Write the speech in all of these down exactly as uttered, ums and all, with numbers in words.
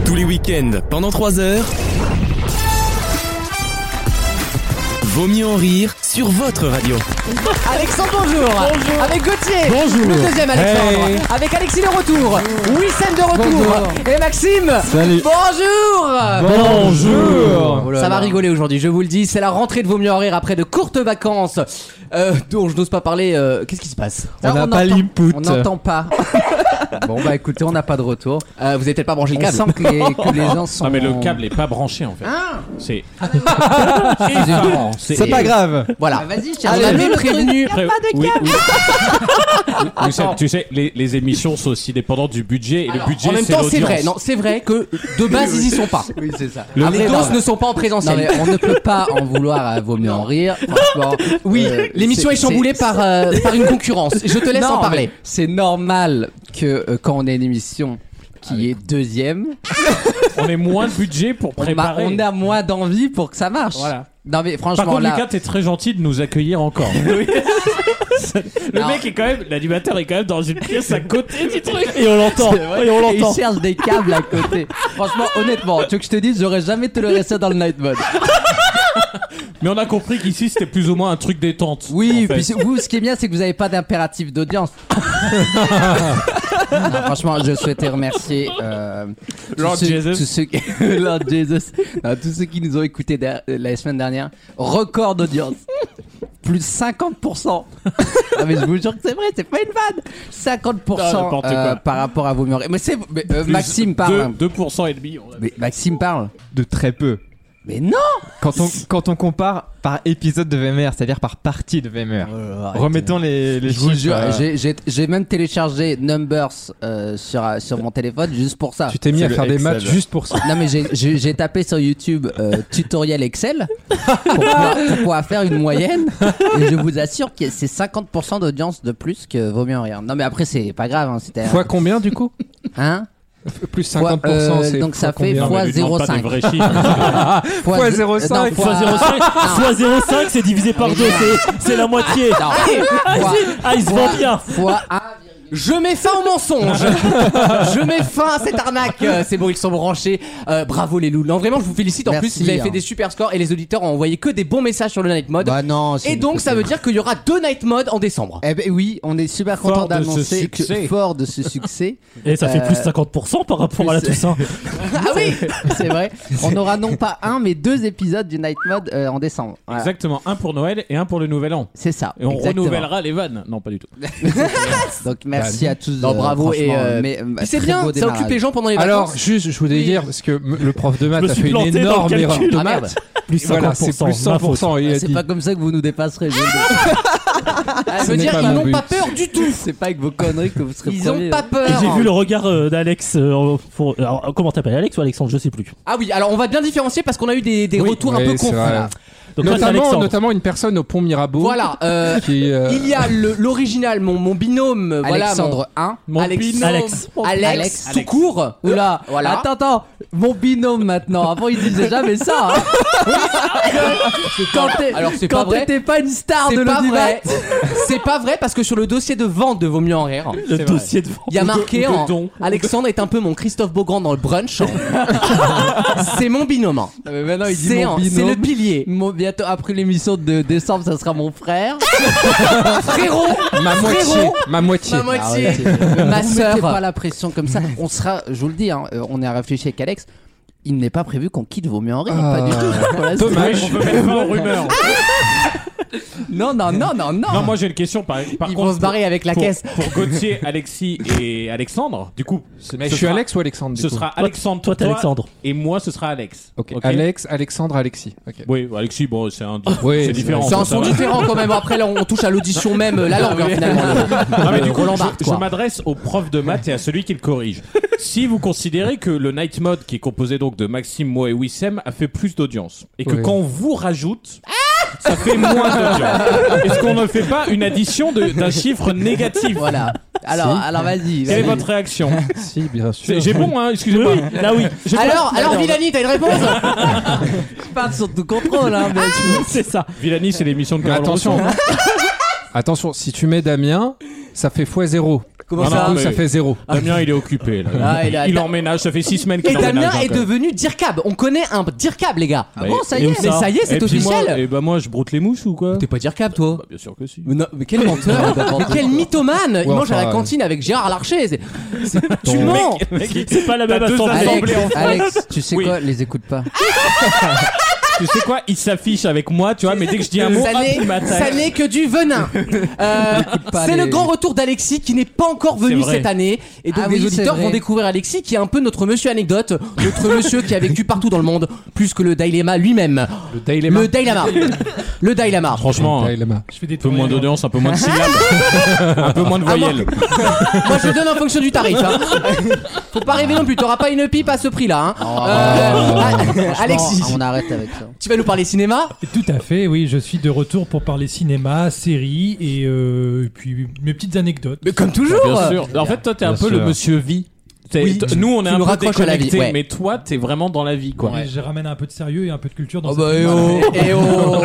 Tous les week-ends, pendant trois heures, Vaut mieux en rire sur votre radio. Alexandre, bonjour. Bonjour. Avec Gauthier. Bonjour. Le deuxième Alexandre. Hey. Avec Alexis de retour. Wissem de retour. Bonjour. Et Maxime. Salut. Bonjour. Bonjour. Oh là Ça là. va rigoler aujourd'hui, je vous le dis. C'est la rentrée de Vaut mieux en rire après de courtes vacances. Euh, dont je n'ose pas parler. Euh, qu'est-ce qui se passe? On n'a pas l'input. On n'entend pas. Bon bah écoutez, on n'a pas de retour. euh, Vous n'avez peut-être pas branché le On câble. sent que les, que les gens sont... Non mais le câble est pas branché en fait. Ah. C'est. Excusez-moi. C'est pas grave. Voilà. Ah, vas-y, je On avait prévenu. Après, oui, oui. Oui, c'est- tu sais, les, les émissions sont aussi dépendantes du budget et Alors, le budget en même c'est temps, c'est l'audience. vrai. Non, c'est vrai que de base ils y sont pas. Oui, c'est ça. Les Après, doses non, ne sont pas en non, présentiel. mais on ne peut pas en vouloir à Vaut mieux en rire. Franchement, Oui, euh, l'émission c'est- est chamboulée c'est- par, euh, par une concurrence. Je te laisse Non, en parler. mais C'est normal que euh, quand on a une émission qui est deuxième, On est moins de budget pour on a, préparer. on a moins d'envie pour que ça marche. Voilà. Non mais franchement Par contre, là, Lucas, t'es très gentil de nous accueillir encore. Le Non. mec est quand même, l'animateur est quand même dans une pièce à côté du truc. Et on l'entend. Et on et l'entend. il cherche des câbles à côté. Franchement, honnêtement, tu veux que je te dise, j'aurais jamais toléré ça dans le night mode. Mais on a compris qu'ici c'était plus ou moins un truc détente. Oui, en fait. puis c'est- vous, ce qui est bien, c'est que vous n'avez pas d'impératif d'audience. Non, franchement, je souhaitais remercier euh, tous Lord ceux- Jesus. tous ceux qui- Lord Jesus. Non, tous ceux qui nous ont écoutés der- la semaine dernière. Record d'audience. Plus de cinquante pour cent. Ah, mais je vous jure que c'est vrai, c'est pas une vanne. cinquante pour cent Non, n'importe euh, quoi. par rapport à vos murs. Mais c'est mais, euh, Plus Maxime parle. deux pour cent et demi. on a- Mais Maxime parle. De très peu. Mais non. Quand on, quand on compare par épisode de V M R, c'est-à-dire par partie de V M R. Arrêtez. Remettons les, les Je vous chiffres, jure, euh, j'ai- j'ai j'ai même téléchargé Numbers euh, sur, euh, sur mon téléphone juste pour ça. Tu t'es mis C'est à le faire des Excel. maths juste pour ça. Non mais j'ai- j'ai j'ai tapé sur YouTube euh, tutoriel Excel pour pouvoir, pour pouvoir faire une moyenne et je vous assure que c'est cinquante pour cent d'audience de plus que Vaut mieux en rire. Non mais après c'est pas grave, hein, c'était Fois combien du coup? hein Plus cinquante pour cent, Fois, euh, c'est donc fois ça fait combien Non, mais fois lui demande pas des zéro virgule cinq. vrais chiffres. Fois ze- zéro virgule cinq. non, Fois fois- zéro virgule cinq, non. fois zéro virgule cinq, c'est divisé par deux, c'est, c'est la moitié. Non. Fois- Ah, il se fois- vend bien. fois un. Je mets fin au mensonge. Je mets fin à cette arnaque. Euh, C'est bon, ils sont branchés. Euh, bravo les loups. Non, vraiment, je vous félicite. En Merci, plus, vous avez hein. fait des super scores et les auditeurs ont envoyé que des bons messages sur le Night Mode. Bah non. c'est et une donc, ça photo. veut dire qu'il y aura deux Night Mode en décembre. Eh ben oui, on est super Fort content de ce d'annoncer que succès. fort de ce succès. Et ça fait Euh, plus de cinquante pour cent par rapport à la plus- Toussaint. Ah oui. C'est vrai. On aura non pas un mais deux épisodes du Night Mode euh, en décembre. Voilà. Exactement, un pour Noël et un pour le Nouvel An. C'est ça. Et on exactement. renouvellera les vannes. Non, pas du tout. Donc merci à tous. Non, euh, bravo, et, franchement, euh, mais, euh, Puis c'est très bien, beau ça démarrage. occupe les gens pendant les Alors, vacances. juste, je voulais Oui. dire, parce que m- le prof de maths Je me a suis fait une planté dans le énorme calcul. erreur de Ah, merde. maths. Plus Voilà, cinquante pour c'est cent. plus cent pour cent. Il a C'est dit. pas comme ça que vous nous dépasserez. je le dis. Ça ce veut n'est dire pas qu'ils mon n'ont but. pas peur du tout. C'est pas avec vos conneries que vous serez Ils premiers. ont pas peur. Et j'ai vu le regard euh, d'Alex. euh, pour- alors, comment t'appelles, Alex ou Alexandre? Je sais plus. Ah oui, alors on va bien différencier parce qu'on a eu des, des Oui, retours un oui, peu c'est confus. vrai. Donc là, c'est Notamment, Alexandre. notamment une personne au pont Mirabeau. Voilà, euh, Qui, euh, il y a le- l'original, mon, mon binôme, euh, voilà, Alexandre un. mon, Mon Alex, binôme. Alex. mon- Alex, Alex. tout court. Oula, Voilà. Attends, attends, mon binôme maintenant. Avant, il disait jamais ça. Hein. quand t'es- Alors, c'est pas quand vrai. t'étais pas une star C'est de pas l'audimat. vrai. C'est pas vrai parce que sur le dossier de vente de Vaut mieux en rire, Le dossier de vente. il y a marqué ou de en don. Alexandre est un peu mon Christophe Beaugrand dans le brunch. C'est mon binôme. hein. Mais maintenant, il dit C'est mon un- binôme. c'est le pilier. Mon- bientôt après l'émission de décembre, ça sera mon frère. Frérot, ma moitié. frérot, Ma moitié. ma moitié, Arrêtez. ma Vous mettez pas sœur. la pression comme ça. On sera, je vous le dis, hein, euh, on est à réfléchir avec Alex. Il n'est pas prévu qu'on quitte Vaut mieux en rire. Ah. Pas du tout. Pour l'instant. Dommage. On peut mettre fin aux rumeurs. Non, non, non, non, non. Non, moi j'ai une question par, par Ils contre. vont se barrer avec la pour, caisse. Pour Gauthier, Alexis et Alexandre, du coup. ce- Mais ce je suis sera- Alex ou Alexandre du Ce coup sera Alexandre Toi, pour t'es Alexandre. Et moi, ce sera Alex. Ok. Alex, Alexandre, Alexis. Ok. Oui, Alexis, bon, c'est un. Oui, c'est c'est- différent. C'est un ça son va. différent quand même. Après, là, on touche à l'audition même, la langue, hein, finalement. Non, mais du Euh, coup, Roland je, Barthes, je quoi. m'adresse au prof de maths et à celui qui le corrige. Si vous considérez que le Night Mode, qui est composé donc de Maxime, moi et Wissem, a fait plus d'audience, et que Oui. quand on vous rajoute, ça fait moins d'audience, est-ce qu'on ne fait pas une addition de- d'un chiffre négatif? Voilà. Alors, alors vas-y. Quelle est vas-y. votre réaction? Si, bien sûr. C'est- J'ai bon, hein, excusez-moi. Oui, là oui. Je Alors, alors, Villani, t'as une réponse? Je parle sur tout contrôle, hein, mais tu- C'est ça. Villani, c'est l'émission de Carole Attention. Rousseau. Attention, si tu mets Damien, ça fait fois zéro. Comment Non, ça non, Du coup, ça mais- fait zéro. Damien, il est occupé. Là. Ah, il il, a- il emménage, ça fait six semaines qu'il Et emménage. Damien hein, est quand même. devenu Dirkab. On connaît un Dirkab, les gars. Ah bon, ça y Et où est. Mais ça y est, c'est Et puis moi- officiel. Et bah moi, je broute les mouches ou quoi? T'es pas Dirkab, toi? Bah, bien sûr que si. Mais, non, mais quel menteur. Mais quel mythomane. Il Ouais, mange à la enfin, cantine avec Gérard Larcher. C'est- c'est- Tu Ton mens. C'est pas la même T'as deux assemblée. assemblées. Alex, Alex, tu sais Oui. quoi, les écoute pas. Tu sais quoi? Il s'affiche avec moi, tu vois, mais dès que je dis un mot, Ça hop, n'est- il m'attaque. ça n'est que du venin. Euh, pas c'est les- le grand retour d'Alexis qui n'est pas encore venu C'est vrai. cette année. Et donc Ah les oui, c'est auditeurs vrai. vont découvrir Alexis qui est un peu notre monsieur anecdote, notre monsieur qui a vécu partout dans le monde, plus que le Dalai Lama lui-même. Le Daily Lama. Le Dalai Lama. Le Dalai Lama. Franchement, Dalai Lama. Je fais des un peu moins d'audience, un peu moins de syllabes, un peu moins de Ah, moi- voyelles. Moi je donne en fonction du tarif. Hein. Faut pas rêver non plus, t'auras pas une pipe à ce prix-là. Hein. Euh, Franchement, Alexis, on arrête avec ça. tu vas nous parler cinéma? Tout à fait, oui, je suis de retour pour parler cinéma, séries et, euh, et puis mes petites anecdotes. Mais comme toujours. Bien sûr. En fait, toi, t'es un Bien peu sûr. le monsieur vie. T'es- Oui, t- tu- nous, on est tu un nous peu raccroches à la vie, déconnectés, ouais. mais toi, t'es vraiment dans la vie, quoi. Et je ramène un peu de sérieux et un peu de culture dans Oh cette bah eh émission. oh, eh oh.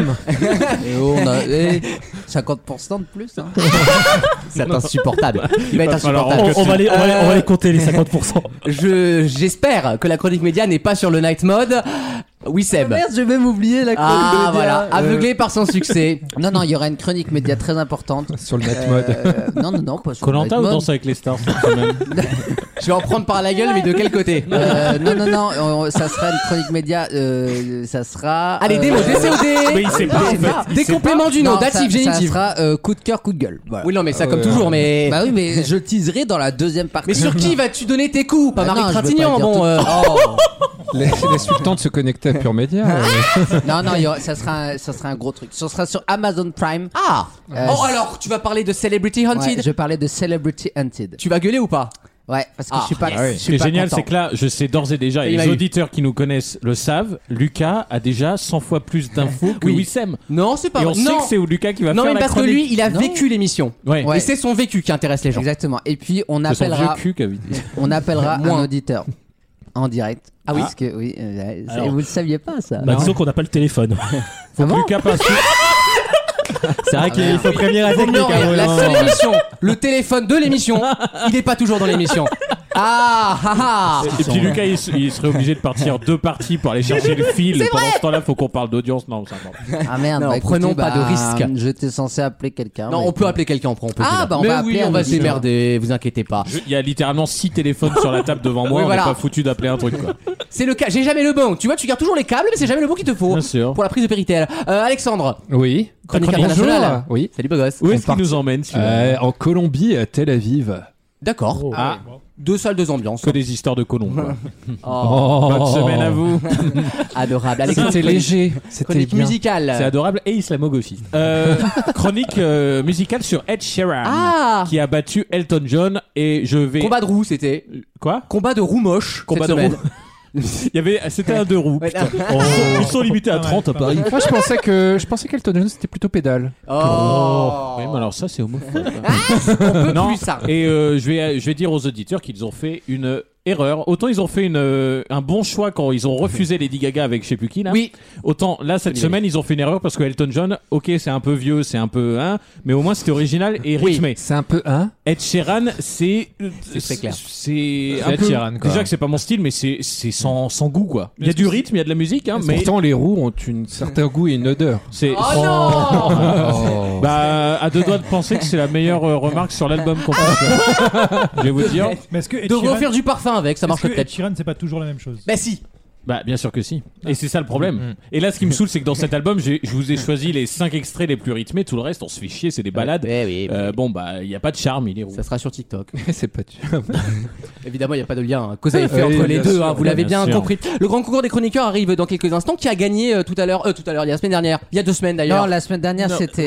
Et oh, on a eh, cinquante pour cent de plus. Hein. C'est insupportable. Il va être va falloir insupportable. On, on va les, on, va les, on va Euh, les compter les cinquante pour cent. Je j'espère que la chronique média n'est pas sur le night mode. Oui Seb. Merde, je vais m'oublier la chronique Ah média. voilà, Euh, aveuglé par son succès. Non, non, il y aura une chronique média très importante. Sur le net mode. Euh, non, non, non, pas sur le Koh-Lanta ou Nightmode. Danse avec les stars cette semaine? Je vais en prendre par la gueule, mais de quel côté? Euh, non, non, non, on- ça sera une chronique média. Euh, ça sera. Allez, euh, des mots, des C O D. Mais il sait pas, en fait. Des Il sait compléments du nom, non, ça- datif, Ça génitif. sera euh, coup de cœur, coup de gueule. Voilà. Oui, non, mais ça comme Euh, toujours, mais. Bah oui, mais je teaserai dans la deuxième partie. Mais sur qui vas-tu donner tes coups? Pas Bah Marie non, je veux pas Trintignant, dire bon. tout- euh, Oh. Les, les sultans de se connecter à Pure Média. euh. Non, non, il y aura- ça, sera un, ça sera un gros truc. Ça sera sur Amazon Prime. Ah. Euh, Oh alors, tu vas parler de Celebrity Hunted. Ouais, je parlais de Celebrity Hunted. Tu vas gueuler ou pas? Ouais, parce que Ah, je suis pas. yes. je Ce suis qui est pas génial, content. c'est que là, je sais d'ores et déjà, et Il m'a les eu. auditeurs qui nous connaissent le savent, Lucas a déjà cent fois plus d'infos que Oui. Wissem. Non, c'est pas Et on vrai. sait Non. que c'est Lucas qui va Non, faire mais la parce que chronique. lui, il a Non. vécu l'émission. Ouais. Ouais. Et c'est son vécu qui intéresse les gens. Exactement. Et puis on C'est son appellera, vieux cul qui a dit. on appellera Moins. un auditeur en direct. Ah oui. Parce que oui, euh, c'est- Alors. vous le saviez pas ça. Bah, disons qu'on n'a pas le téléphone. Faut que Lucas passe. C'est vrai qu'il faut prévenir la Vaut mieux technique. en rire. hein, La Roland. seule émission, le téléphone de l'émission, il est pas toujours dans l'émission. Ah, ah, ah. Et puis Lucas, il, se- il serait obligé de partir deux parties pour aller chercher le fil. Pendant ce temps-là, faut qu'on parle d'audience. Non, ça va. Ah merde. Non, bah, écoutez, prenons pas de bah, risque. J'étais censé appeler quelqu'un. Non, mais- on peut appeler quelqu'un, on prend. on peut Ah, déjà. bah, on Mais va oui, appeler on un va se auditeur. démerder, vous inquiétez pas. Je- Il y a littéralement six téléphones sur la table devant moi. Oui, on voilà. n'est pas foutu d'appeler un truc, quoi. C'est le cas, j'ai jamais le bon. Tu vois, tu gardes toujours les câbles, mais c'est jamais le bon qu'il te faut. Bien sûr. Pour la prise de Péritel. Euh, Alexandre, Oui. chronique chronique. internationale. Oui. Salut beau gosse. Où est-ce part- qu'il nous emmène celui-là Euh, en Colombie, à Tel Aviv. D'accord. Ah, Deux salles, deux ambiances. que des histoires de colons. quoi. Oh, Bonne semaine à vous. adorable. Alexandre, C'était léger. C'était chronique bien. musicale. C'est adorable et islamo-gauchiste. Euh, chronique euh, musicale sur Ed Sheeran, Ah, qui a battu Elton John, et je vais. combat de roues, c'était. Quoi Combat de roues moche. Combat cette de semaine. roues. Il y avait, c'était un deux roues. Ouais, putain. non. Ils sont limités à Pas mal, trente à pas Paris. Moi, je pensais que je pensais qu'Elton John c'était plutôt pédale. Oh. Oui, mais alors ça, c'est homophobe. On peut Non. plus ça. Et euh, je vais, je vais dire aux auditeurs qu'ils ont fait une erreur. Autant ils ont fait une, euh, un bon choix quand ils ont refusé Lady Gaga avec je sais plus qui là. Oui. Autant là cette Oui, semaine ils ont fait une erreur parce que Elton John, ok c'est un peu vieux, c'est un peu hein, mais au moins c'était original et Oui. rythmé. C'est un peu un. Ed Sheeran, c'est C'est très clair. C'est C'est un Ed peu Sheeran, quoi. déjà que c'est pas mon style, mais c'est c'est sans, sans goût quoi. Il y a est-ce du que rythme, il y a de la musique, hein, mais Pourtant, les roues ont un certain goût et une odeur. c'est Oh non. bah à deux doigts de penser que c'est la meilleure euh, remarque sur l'album qu'on peut faire. Je vais vous dire. Mais est-ce que Ed Devrait Sheeran, faire du parfum avec, ça est-ce marche que Ed peut-être. Sheeran, c'est pas toujours la même chose. Bah si. Bah bien sûr que si. Et c'est ça le problème. Et là ce qui me saoule c'est que dans cet album j'ai- je vous ai choisi les cinq extraits les plus rythmés, tout le reste on se fait chier, c'est des balades. Eh oui. Euh, bon bah il y a pas de charme, il est roux. Ça sera sur TikTok. c'est pas tu. Évidemment, il n'y a pas de lien hein, que vous avez fait Oui, entre les bien deux, sûr, hein, vous l'avez bien, bien sûr. compris. Le grand concours des chroniqueurs arrive dans quelques instants. Qui a gagné euh, tout à l'heure, euh, tout à l'heure, il y a la semaine dernière, il y a deux semaines d'ailleurs. Non, la semaine dernière Non. c'était.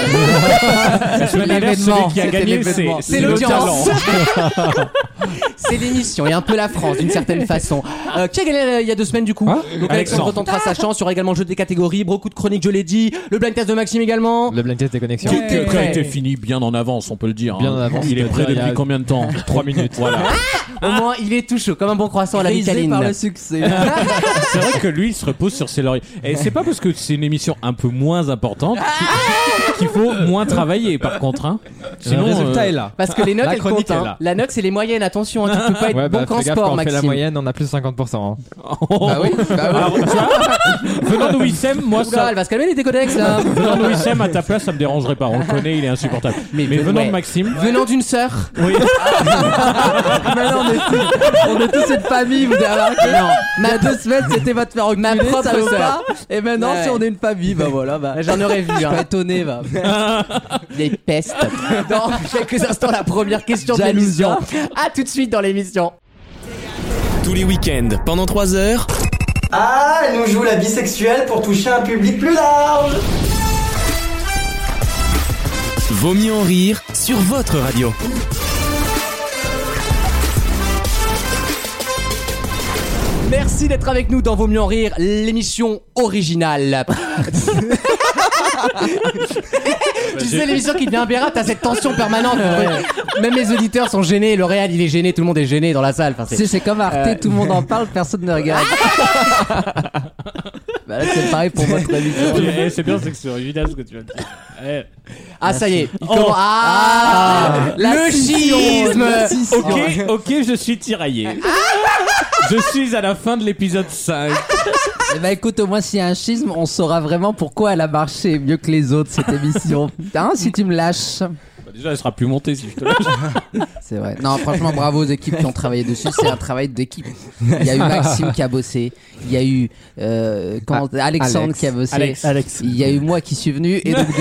La semaine dernière, l'événement, celui qui a c'était gagné c'est l'événement. C'est le l'audience. talent. C'est l'émission et un peu la France d'une certaine façon. Euh, qui a gagné euh, il y a deux semaines du coup Hein Donc Alexandre Alexandre. retentera sa chance. Il y aura également le jeu des catégories, beaucoup de chroniques, je l'ai dit. Le blind test de Maxime également. Le blind test des connexions. Qui, Ouais. qui- qui a été fini bien en avance, on peut le dire. Bien hein. en avance, Il est prêt c'est-à-dire, il y depuis a combien de temps Trois minutes. Voilà. Au moins, il est tout chaud, comme un bon croissant à la Brisé Vicaline. par le succès. C'est vrai que lui, il se repose sur ses lauriers. Et c'est pas parce que c'est une émission un peu moins importante qu'il faut moins travailler par contre. Hein. Sinon, le résultat euh, est là. Parce que les notes La elles chronique comptent. est hein. là. La note c'est les moyennes. Attention, hein, tu peux pas être Ouais, bon bah, qu'en fais gaffe, sport, quand on fait la Maxime. moyenne, on a plus cinquante pour cent. hein. Bah oui. Bah oui. Alors, tu vois, venant de Wissem, moi Oula, ça. elle va se calmer les décodex là. Venant de Wissem, à ta place, ça me dérangerait pas. On le connaît, il est insupportable. Mais, Mais venant ouais. de Maxime, Venant d'une sœur. oui. Maintenant, on est tous, on est tous une famille, vous avez remarqué. Non. Il y a deux semaines, c'était va te faire enculer, Ma propre ça veut sœur. pas. Et maintenant, Ouais. si on est une famille, bah voilà, bah. J'en aurais vu. Je suis Hein. pas étonné, va. Les pestes. Dans quelques instants, la première question de Jalousia. l'émission. À tout de suite dans l'émission. Tous les week-ends, pendant trois heures. Ah, elle nous joue la bisexuelle pour toucher un public plus large. Vaut mieux en rire sur votre radio. Merci d'être avec nous dans Vaut mieux en rire, l'émission originale. Tu sais, l'émission qui devient imbérable, t'as cette tension permanente. Même les auditeurs sont gênés, le réal il est gêné, tout le monde est gêné dans la salle. Enfin, c'est... C'est, c'est comme Arte, Euh. tout le monde en parle, personne ne regarde. Bah là, c'est pareil pour votre émission. Eh, c'est bien, c'est que c'est original ce que tu vas dire. Eh. Ah, ça y est. Il Oh. commence- Ah, La le scission, schisme. la scission. Ok, ok, je suis tiraillé. Je suis à la fin de l'épisode cinq. Eh bah écoute, au moins s'il y a un schisme, on saura vraiment pourquoi elle a marché mieux que les autres cette émission. Hein, si tu me lâches. Bah, déjà, elle sera plus montée si je te lâche. C'est vrai. Non, franchement, bravo aux équipes qui ont travaillé dessus. C'est un travail d'équipe. Il y a eu Maxime qui a bossé. Il y a eu euh, comment- Alexandre Alex. qui a bossé. Alex. Alex. Il y a eu moi qui suis venu. Et donc, du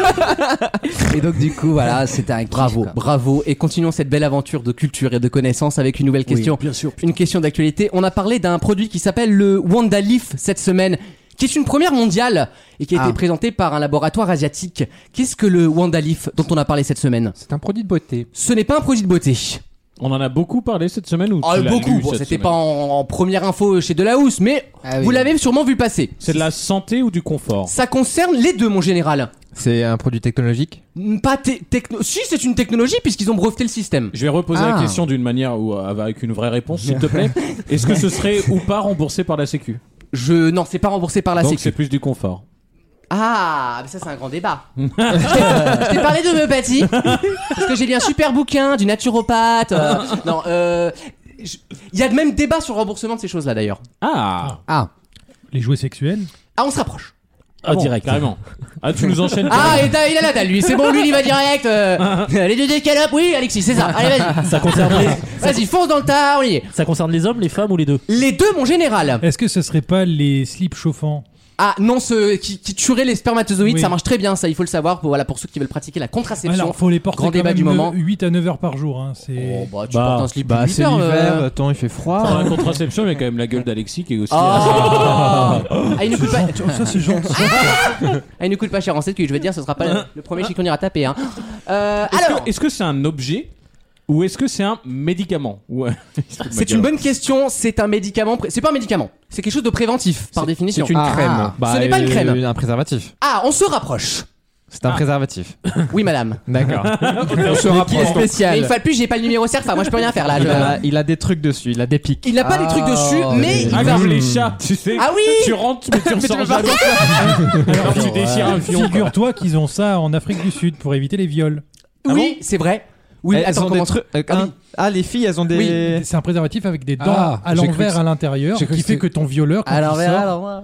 coup, et donc, du coup, voilà, c'était un kiff. Bravo, quoi. bravo. Et continuons cette belle aventure de culture et de connaissances avec une nouvelle question. bien sûr. Une question d'actualité. On a parlé d'un produit qui s'appelle le Wanda Leaf cette semaine, qui est une première mondiale et qui a Ah. été présenté par un laboratoire asiatique. Qu'est-ce que le Wanda Leaf dont on a parlé cette semaine? C'est un produit de beauté. Ce n'est pas un produit de beauté. On en a beaucoup parlé cette semaine ou Ah, tu l'as beaucoup. lu Bon, cette c'était semaine pas en, en première info chez Delahousse, mais Ah oui. vous l'avez sûrement vu passer. C'est de la santé ou du confort? Ça concerne les deux, mon général. C'est un produit technologique. Pas te- techno. Si, c'est une technologie puisqu'ils ont breveté le système. Je vais reposer Ah. la question d'une manière ou avec une vraie réponse, s'il te plaît. Est-ce que ce serait ou pas remboursé par la Sécu? Je non, c'est pas remboursé par la Donc Sécu. c'est plus du confort. Ah, mais ça c'est un grand débat. je t'ai je t'ai parlé d'homéopathie parce que j'ai lu un super bouquin du naturopathe. euh, non, euh, je- il y a même débat sur le remboursement de ces choses-là d'ailleurs. Ah, Ah, Les jouets sexuels. Ah, on se rapproche. ah bon, direct, carrément. Ah, tu nous enchaînes. Ah, et t'as- il a la dalle lui. C'est bon, lui, il y va direct. euh, les deux décalopes, oui, Alexis, c'est ça. Allez, vas-y. Ça concerne, les... Vas-y, fonce dans le tas, on y est. ça concerne les hommes, les femmes ou les deux? Les deux, mon général. Est-ce que ce serait pas les slips chauffants? Ah non, ceux qui, qui tueraient les spermatozoïdes, Oui. ça marche très bien, ça, il faut le savoir. Pour, voilà, pour ceux qui veulent pratiquer la contraception. Alors, faut les porter grand quand débat même du moment. huit à neuf heures par jour. Hein. C'est... Oh, bah, tu Bah, portes un slip Bah, huit c'est heures, l'hiver, euh. attends, il fait froid. Pour la contraception, il y a quand même la gueule d'Alexis qui est aussi. Ah, ah, il ne coûte pas. Oh, ça, c'est gentil. Ah, il ne coûte pas cher en sécu, je veux dire, ce sera pas le, le premier chiconnier à taper. Hein. Euh, Est-ce alors, que- est-ce que c'est un objet ou est-ce que c'est un médicament? Ouais. c'est une bonne question. C'est un médicament. pré- C'est pas un médicament. C'est quelque chose de préventif, par définition. C'est une Ah, crème. ah. Bah, Ce n'est pas une euh, crème. Un préservatif. Ah, on se rapproche. C'est un préservatif. Oui, madame. D'accord. On se Qui est spécial. Mais une fois de plus, j'ai pas le numéro cerf. Enfin, moi, je peux rien faire là. Il je- a, il a des trucs dessus, il a des pics. Il n'a pas des trucs dessus, mais il Ah, va. comme les chats, tu sais. Ah oui. Tu rentres, mais tu ressors peux pas jamais. Alors tu déchires un fion. quoi. Figure-toi qu'ils ont ça en Afrique du Sud pour éviter les viols. Oui, c'est vrai. Oui, Elles attends, ont comment des trucs. euh, Ah oui. hein. Ah, les filles, elles ont des. C'est un préservatif avec des dents Ah, à j'ai cru l'envers que- à l'intérieur j'ai cru qui que fait c'était- que ton violeur, quand à il l'envers, sort, à l'envers.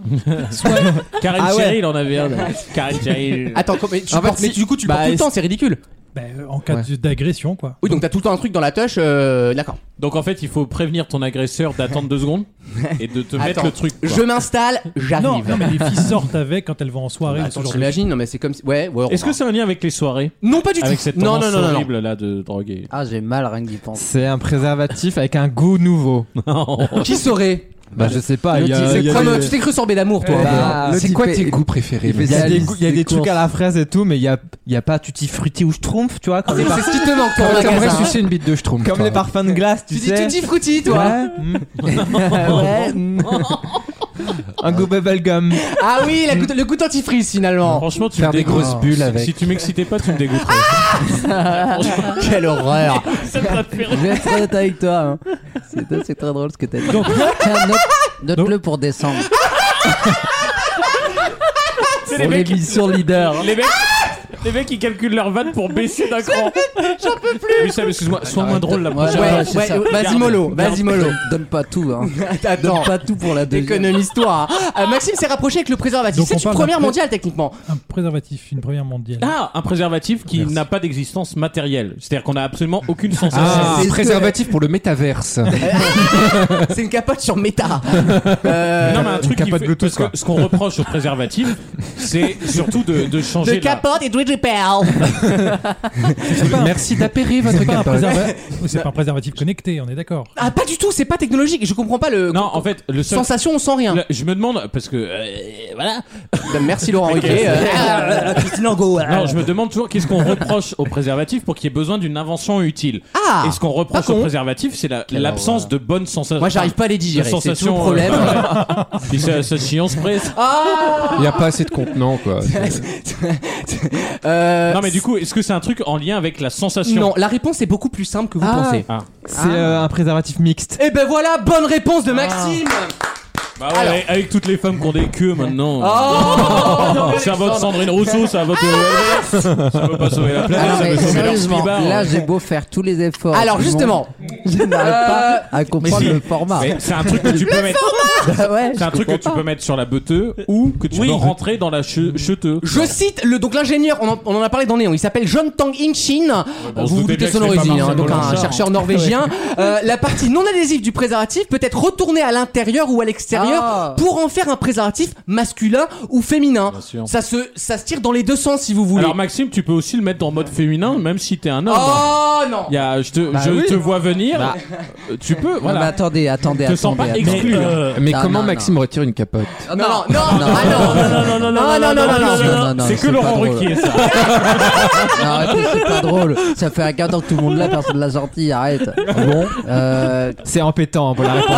Karen Ah ouais. Cheryl, il en avait un. Karen Cheryl. Attends, mais, tu En fait, portes- mais si- du coup, tu le bah, portes tout le c'est- temps, c'est ridicule. bah, en cas Ouais. de- d'agression, quoi. Oui, donc t'as tout le temps un truc dans la touche. euh, D'accord. Donc en fait, il faut prévenir ton agresseur d'attendre deux secondes et de te mettre Attends, le truc. quoi. Je m'installe, j'arrive. Non, non, mais les filles sortent avec quand elles vont en soirée. Bah, ou ce attends, genre de- t'imagines, non mais c'est comme si... Ouais, ouais. Est-ce que c'est un lien avec les soirées? Non, pas du tout. Avec cette non, tendance non, non, non, non. horrible là de droguer. Ah, j'ai mal rien que d'y penser. C'est un préservatif avec un goût nouveau. Qui saurait? Bah, je sais pas. Le Il y a, type, c'est il y a comme, des- euh, tu t'es cru sorbet d'amour, toi. un peu, hein. Bah, Le C'est type quoi est- tes goûts préférés? il fait Il y a ça, des, des- goûts- il y a des des trucs courses. à la fraise et tout, mais il y a, il y a pas tutti frutti ou schtroumpf, tu vois, comme, les, C'est par- ce qui te manque, toi, en T'aimerais magasin. sucer une bite de schtroumpf. comme toi. les parfums de glace, tu, Tu dis sais. tutti frutti, toi. Ouais. mm. Ouais, mm. Un goût bubblegum. Ah oui, la goût- le goût dentifrice, finalement. Franchement, tu Faire me des dégoûtes. grosses bulles avec. Si tu m'excitais pas, tu me dégoûterais. Quelle horreur. Je vais être honnête avec toi. Hein. C'est, c'est très drôle ce que t'as dit. Donc- Tiens, note, note-le pour décembre. C'est Pour l'émission leader. Les mecs, Les mecs ils calculent leur vanne pour baisser d'un cran. J'en peux plus. Oui, ça, excuse-moi, sois moins Arrête. drôle la Ouais, prochaine Ouais, fois. ouais, c'est ça. vas-y mollo, Garde. vas-y mollo. Donne, donne pas tout, hein. Attends, Donne pas tout pour la deuxième. économise-toi. hein. Euh, Maxime s'est rapproché avec le préservatif. Donc, C'est on une parle première d'un pré- mondiale techniquement. Un préservatif, une première mondiale. Ah, un préservatif qui Merci. n'a pas d'existence matérielle. C'est-à-dire qu'on a absolument aucune sensation. Ah, c'est- un préservatif pour le métaverse. C'est une capote sur méta. Euh, Non, mais un truc une qui capote fait, Bluetooth, parce que quoi. ce qu'on reproche au préservatif, c'est surtout de, de changer de la- capote et de repel. Merci d'appairer votre C'est pas, un capote. préserva- c'est pas un préservatif connecté, on est d'accord. Ah, pas du tout, c'est pas technologique. Je comprends pas le. Non, en fait, le seul. Sensation, on sent rien. le- je me demande parce que euh, voilà. Merci Laurent Ok. Ruquier. Euh, Christine Angot. Non, je me demande toujours qu'est-ce qu'on reproche au préservatif pour qu'il y ait besoin d'une invention utile. Ah, Et ce qu'on reproche pas con. au préservatif, c'est la- l'absence de bonnes sensations. Moi, j'arrive pas à les digérer. De C'est tout le sensations, problème. euh, Puis ça, ça chie en spray. Ah. Il n'y a pas assez de contenant, quoi. Euh, Non, mais du coup, est-ce que c'est un truc en lien avec la sensation? Non, la réponse est beaucoup plus simple que vous Ah. pensez. Ah. C'est euh, un préservatif mixte. Et ben voilà, bonne réponse de Maxime. Bah ouais, Alors. avec, avec toutes les femmes qui ont des queues maintenant. Oh. Ça vote Sandrine Rousseau, ça vote euh, Elvers. Ça veut pas sauver la planète, Alors, ça mais veut sauver leur sérieusement, slibard. là j'ai beau faire tous les efforts. Alors du justement, monde, je n'arrive pas à comprendre Mais si. le format. Mais c'est un truc que tu peux mettre. Ah ouais, C'est un je truc que comprends tu peux mettre sur la beuteuse ou que tu Oui. peux rentrer dans la che- cheteuse. je cite le donc l'ingénieur, on en, on en a parlé dans Néon, il s'appelle John Tang In Shin. on se vous vous doutait doutez bien son que c'était pas origine, hein, Marcel donc un Blanchard. chercheur norvégien. Euh, la partie non adhésive du préservatif peut être retournée à l'intérieur ou à l'extérieur Ah. pour en faire un préservatif masculin ou féminin. Bien sûr. Ça se ça se tire dans les deux sens si vous voulez. Alors Maxime, tu peux aussi le mettre en mode féminin, même si t'es un homme. Oh non. Il y a, je te, Bah je oui. te vois venir. Bah. Euh, Tu peux, Non, mais voilà. attendez, attendez, Te sens attendez. pas attendez. exclu. Mais, euh, Mais Non, comment non, Maxime retire une capote Non, non, non, non, ah, non, non, non, non, non, non, non, non, non, non. C'est que Laurent pas drôle. Ruquier, ça. Non, arrêtez, c'est pas drôle. Ça fait un quart d'heure que tout le monde l'a, personne l'a sorti, arrête. Bon, euh, C'est embêtant pour la réponse.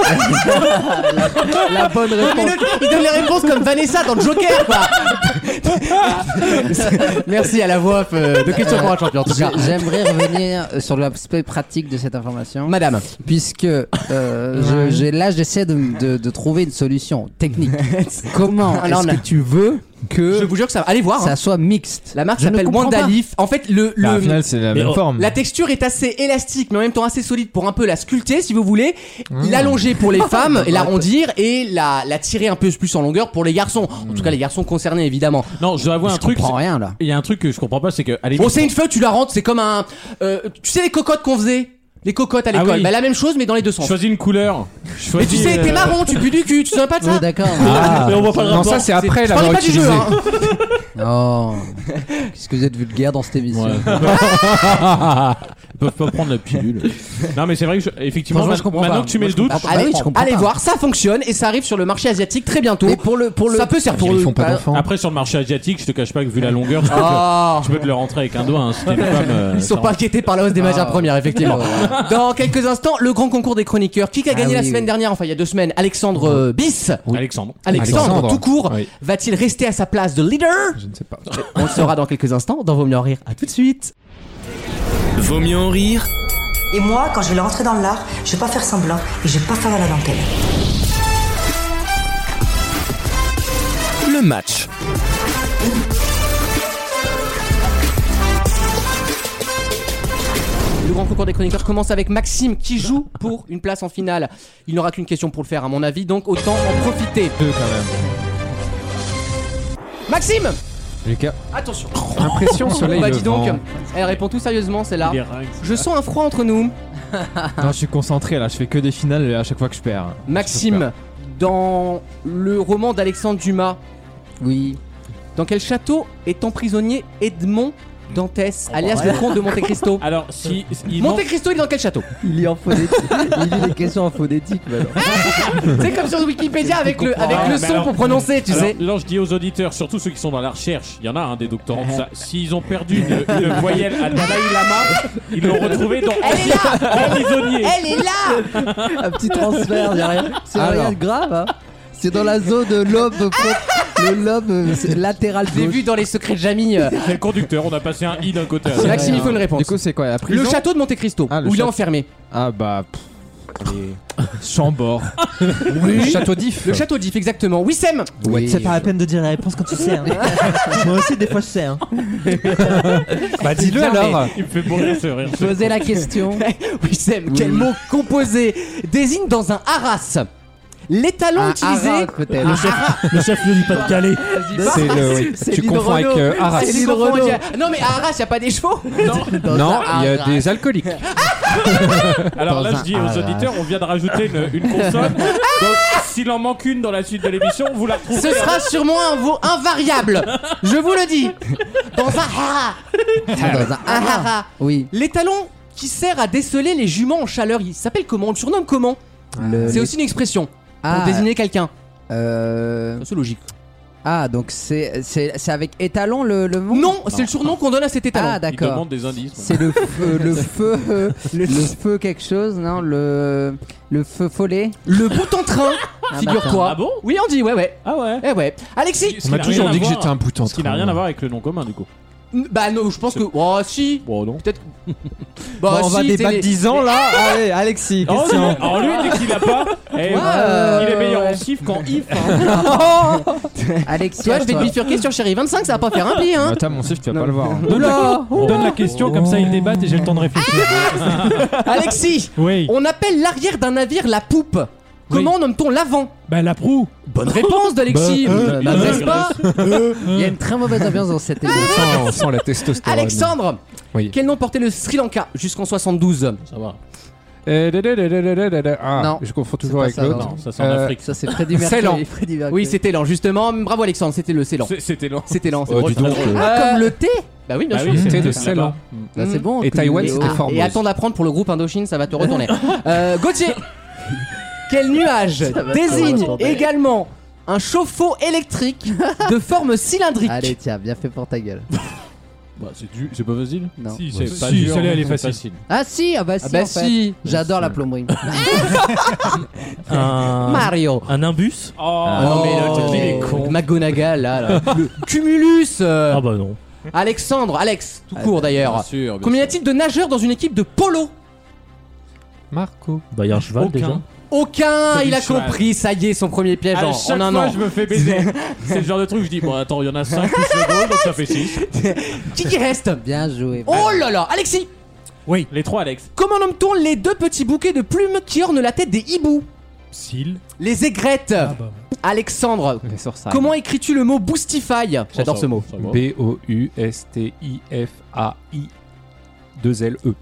la bonne Mais réponse. le- il donne les réponses comme Vanessa dans Joker, quoi. Merci à la voix off euh, de Question pour un champion, en tout cas. J'ai- J'aimerais revenir sur l'aspect pratique de cette information, Madame. puisque euh, je- j'ai- là j'essaie de, de- de trouver une solution technique. Comment Alors, est-ce on a- que tu veux que Je vous jure que ça va. Allez voir. ça hein. soit mixte? La marque Je ne s'appelle comprends pas. Wandalif. En fait, le, le Bah, au final, c'est la Mais même oh, forme. la texture est assez élastique, mais en même temps assez solide pour un peu la sculpter, si vous voulez. L'allonger pour les femmes et l'arrondir et la, la tirer un peu plus en longueur pour les garçons. En tout cas, les garçons concernés, évidemment. Non, je dois avouer Je un truc. comprends c'est- rien là. Il y a un truc que je comprends pas, c'est que allez. Bon, c'est une feuille, tu la rentres, c'est comme un. euh, tu sais les cocottes qu'on faisait, les cocottes à Ah l'école. oui. Bah la même chose, mais dans les deux sens. Choisis une couleur. Mais Choisis, tu sais, t'es euh, marron, tu pues du cul, tu te souviens pas de ça? Oui, d'accord. Ah. mais on voit pas le Non, rapport. ça c'est après Je parlais l'avoir pas du jeu, utilisé. hein. Oh, qu'est-ce que vous êtes vulgaire dans cette émission. Ouais. Ils peuvent pas prendre la pilule. Non, mais c'est vrai que je- effectivement, Franchement, je comprends maintenant pas. que tu mets Moi, le je doute, comprends pas. Allez, Bah oui, je comprends allez pas. voir, ça fonctionne et ça arrive sur le marché asiatique très bientôt. Et pour le pour le Ça peut servir. Ils font pas Bah, d'enfants. après sur le marché asiatique, je te cache pas que vu la longueur, tu peux, Oh. te, tu peux te le rentrer avec un doigt. Hein, si t'es une femme, euh, Ils sont ça pas va. inquiétés par la hausse des matières Ah. premières, effectivement. Oh. Dans quelques instants, le grand concours des chroniqueurs. Qui a Ah gagné la oui, semaine oui. dernière, enfin il y a deux semaines, Alexandre euh, Bis. Alexandre. Alexandre, Alexandre. tout court. Oui. Va-t-il rester à sa place de leader? Je ne sais pas. On le saura dans quelques instants dans Vaut mieux en rire. À tout de suite. Vaut mieux en rire Et moi, quand je vais rentrer dans l'art, je vais pas faire semblant et je vais pas faire à la dentelle. le match. Le grand concours des chroniqueurs commence avec Maxime qui joue pour une place en finale. Il n'aura qu'une question pour le faire à mon avis, donc autant en profiter. Deux quand même. Maxime, Lucas. attention. Impression soleil Bah dis levant. donc, elle répond tout sérieusement celle-là. Il est ringue. Je sens un froid entre nous. Non, je suis concentré là, je fais que des finales et à chaque fois que je perds. Maxime, dans le roman d'Alexandre Dumas, Oui. dans quel château est emprisonné Edmond Dantès, alias le comte de Monte Cristo? Alors, si il manque- Monte Cristo, il est dans quel château? Il est en phonétique. Il lit les questions en phonétique maintenant. C'est comme sur Wikipédia avec le, avec Ah, le mais son alors- pour prononcer, tu Alors, sais. là, je dis aux auditeurs, surtout ceux qui sont dans la recherche, il y en a hein, des doctorants, tout ça. S'ils ont perdu une, une voyelle à Dalai Lama, ils l'ont retrouvée dans Elle est là. prisonnier. Elle est là. Un petit transfert, y a rien. C'est Alors. rien de grave, hein. C'est dans la zone de lobe, le lobe euh, c'est latéral J'ai gauche. vu dans les secrets de Jamy. euh, C'est le conducteur, on a passé un i d'un côté à l'autre. Maxime, il faut une Du réponse. coup, c'est quoi la prison? Le château de Monte Cristo, Ah, le où il est château. enfermé. Ah bah. pff, allez. Chambord. Oui. Château d'If. Le château d'If, exactement. Wissem. Oui. C'est pas la peine de dire la réponse quand tu sais. Hein. Moi aussi, des fois, je sais. Hein. Bah dis-le Bien, alors. Il me fait mourir ce rire. Posez la question. Wissem, quel mot composé désigne dans un haras l'étalon Un utilisé. haras, peut-être. Le chef, le chef-lieu du Pas-de-Calais. C'est le. oui. C'est Tu l'île confonds avec Renault. euh, Arras. C'est l'île Renault. Non, mais à Arras, y a pas des chevaux. Dans Non, un il y a haras. des alcooliques. Alors Dans là, un je dis aux haras. auditeurs, on vient de rajouter une, une consonne. Donc, s'il en manque une dans la suite de l'émission, vous la retrouverez. Ce sera sûrement un mot invariable. Je vous le dis. Dans un haras. Dans un Un haras. haras. Oui. L'étalon qui sert à déceler les juments en chaleur, il s'appelle comment? On le surnomme comment? Le- C'est les- aussi une expression pour Ah, désigner quelqu'un. euh... C'est logique. Ah, donc c'est c'est c'est avec étalon le, le mot. Non, c'est le surnom qu'on donne à cet étalon. Ah, Il d'accord. demande des indices. C'est le feu, le feu, euh, le feu quelque chose, non le le feu follet. Le bout en train, Ah, figure-toi. Ah bon? Oui, on dit, ouais, ouais. Ah ouais. Eh ouais. Alexis. Ce On m'a qui n'a toujours rien à dit que voir- j'étais un bout en Ce qui n'a train. rien à voir avec le nom commun du coup. Bah non, je pense que. Oh, si. Bon, non. Peut-être. Bon, Bah, on va si, c'est débattre les- dix ans là. Allez, Alexis, Oh, question. lui, alors lui, dès qu'il a pas, eh, euh, il est meilleur ouais. en chiffres qu'en if. Hein. Alexis, Toi, je vais te toi. bifurquer sur Chéri vingt-cinq, ça va pas faire un pli, hein. Attends, mon chiffre, tu vas pas le voir. hein. Donne, la... Donne la question, comme ça ils débattent et j'ai le temps de réfléchir. Alexis, Oui. on appelle l'arrière d'un navire la poupe. Comment nomme-t-on l'avant? Bah, la proue. Bonne réponse d'Alexis. Bah, Euh, euh, N'est-ce pas? Il y a une très mauvaise ambiance dans cette émission. Sans, sans la testostérone. Alexandre, Oui. quel nom portait le Sri Lanka jusqu'en soixante-douze? Ça va. Euh, da, da, da, da, da, da, da. Ah, Non. je confonds toujours pas avec ça, l'autre. Non, ça c'est en Euh, Afrique. Ça c'est Freddy Mercury. Ceylan. Freddie Mercury. Oui, c'était lent, justement. Bravo Alexandre, c'était le Ceylan. C'est- C'était lent. C'était lent, c'est Oh, drôle. dis donc. très drôle. euh, Ah, comme le thé. Bah oui, bien Bah sûr. oui, Thé c'était de là-bas. Ceylan. Là, c'est bon. Et Taïwan, Et- c'était ah, Formose. Et attends d'apprendre pour le groupe Indochine, ça va te retourner. euh, Gauthier, quel nuage va te désigne retourner. également un chauffe-eau électrique de forme cylindrique? Allez, tiens, bien fait pour ta gueule. Bah, c'est du... c'est pas facile. Non. Si, C'est si, pas si, dur, celle-là, elle est c'est facile. Ah si, ah bah si. Ah bah en fait. si. J'adore la plomberie. Un, Mario. un imbus. Oh, Ah non mais l'autre, il est con. McGonagall là, là. Le Cumulus. euh, Ah bah non. Alexandre, Alex, tout court Bien d'ailleurs. sûr. bien Combien y sûr. a-t-il de nageurs dans une équipe de polo? Marco. Bah y a un cheval Aucun. déjà. Aucun, C'est il du a cheval. compris, ça y est, son premier piège À en, chaque en un fois, an. je me fais baiser. C'est le genre de truc où je dis, bon, attends, il y en a cinq plus le goal, donc ça fait six. Qui qui reste? Bien joué. Oh là là, Alexis, Les trois, Alex. comment nomme-t-on les deux petits bouquets de plumes qui ornent la tête des hiboux? Cils. Les aigrettes. Ah bah. Alexandre, Mais sur ça. comment écris-tu le mot boostify? J'adore Oh, ce ça- mot. ça va. B O U S T I F A I deux L E.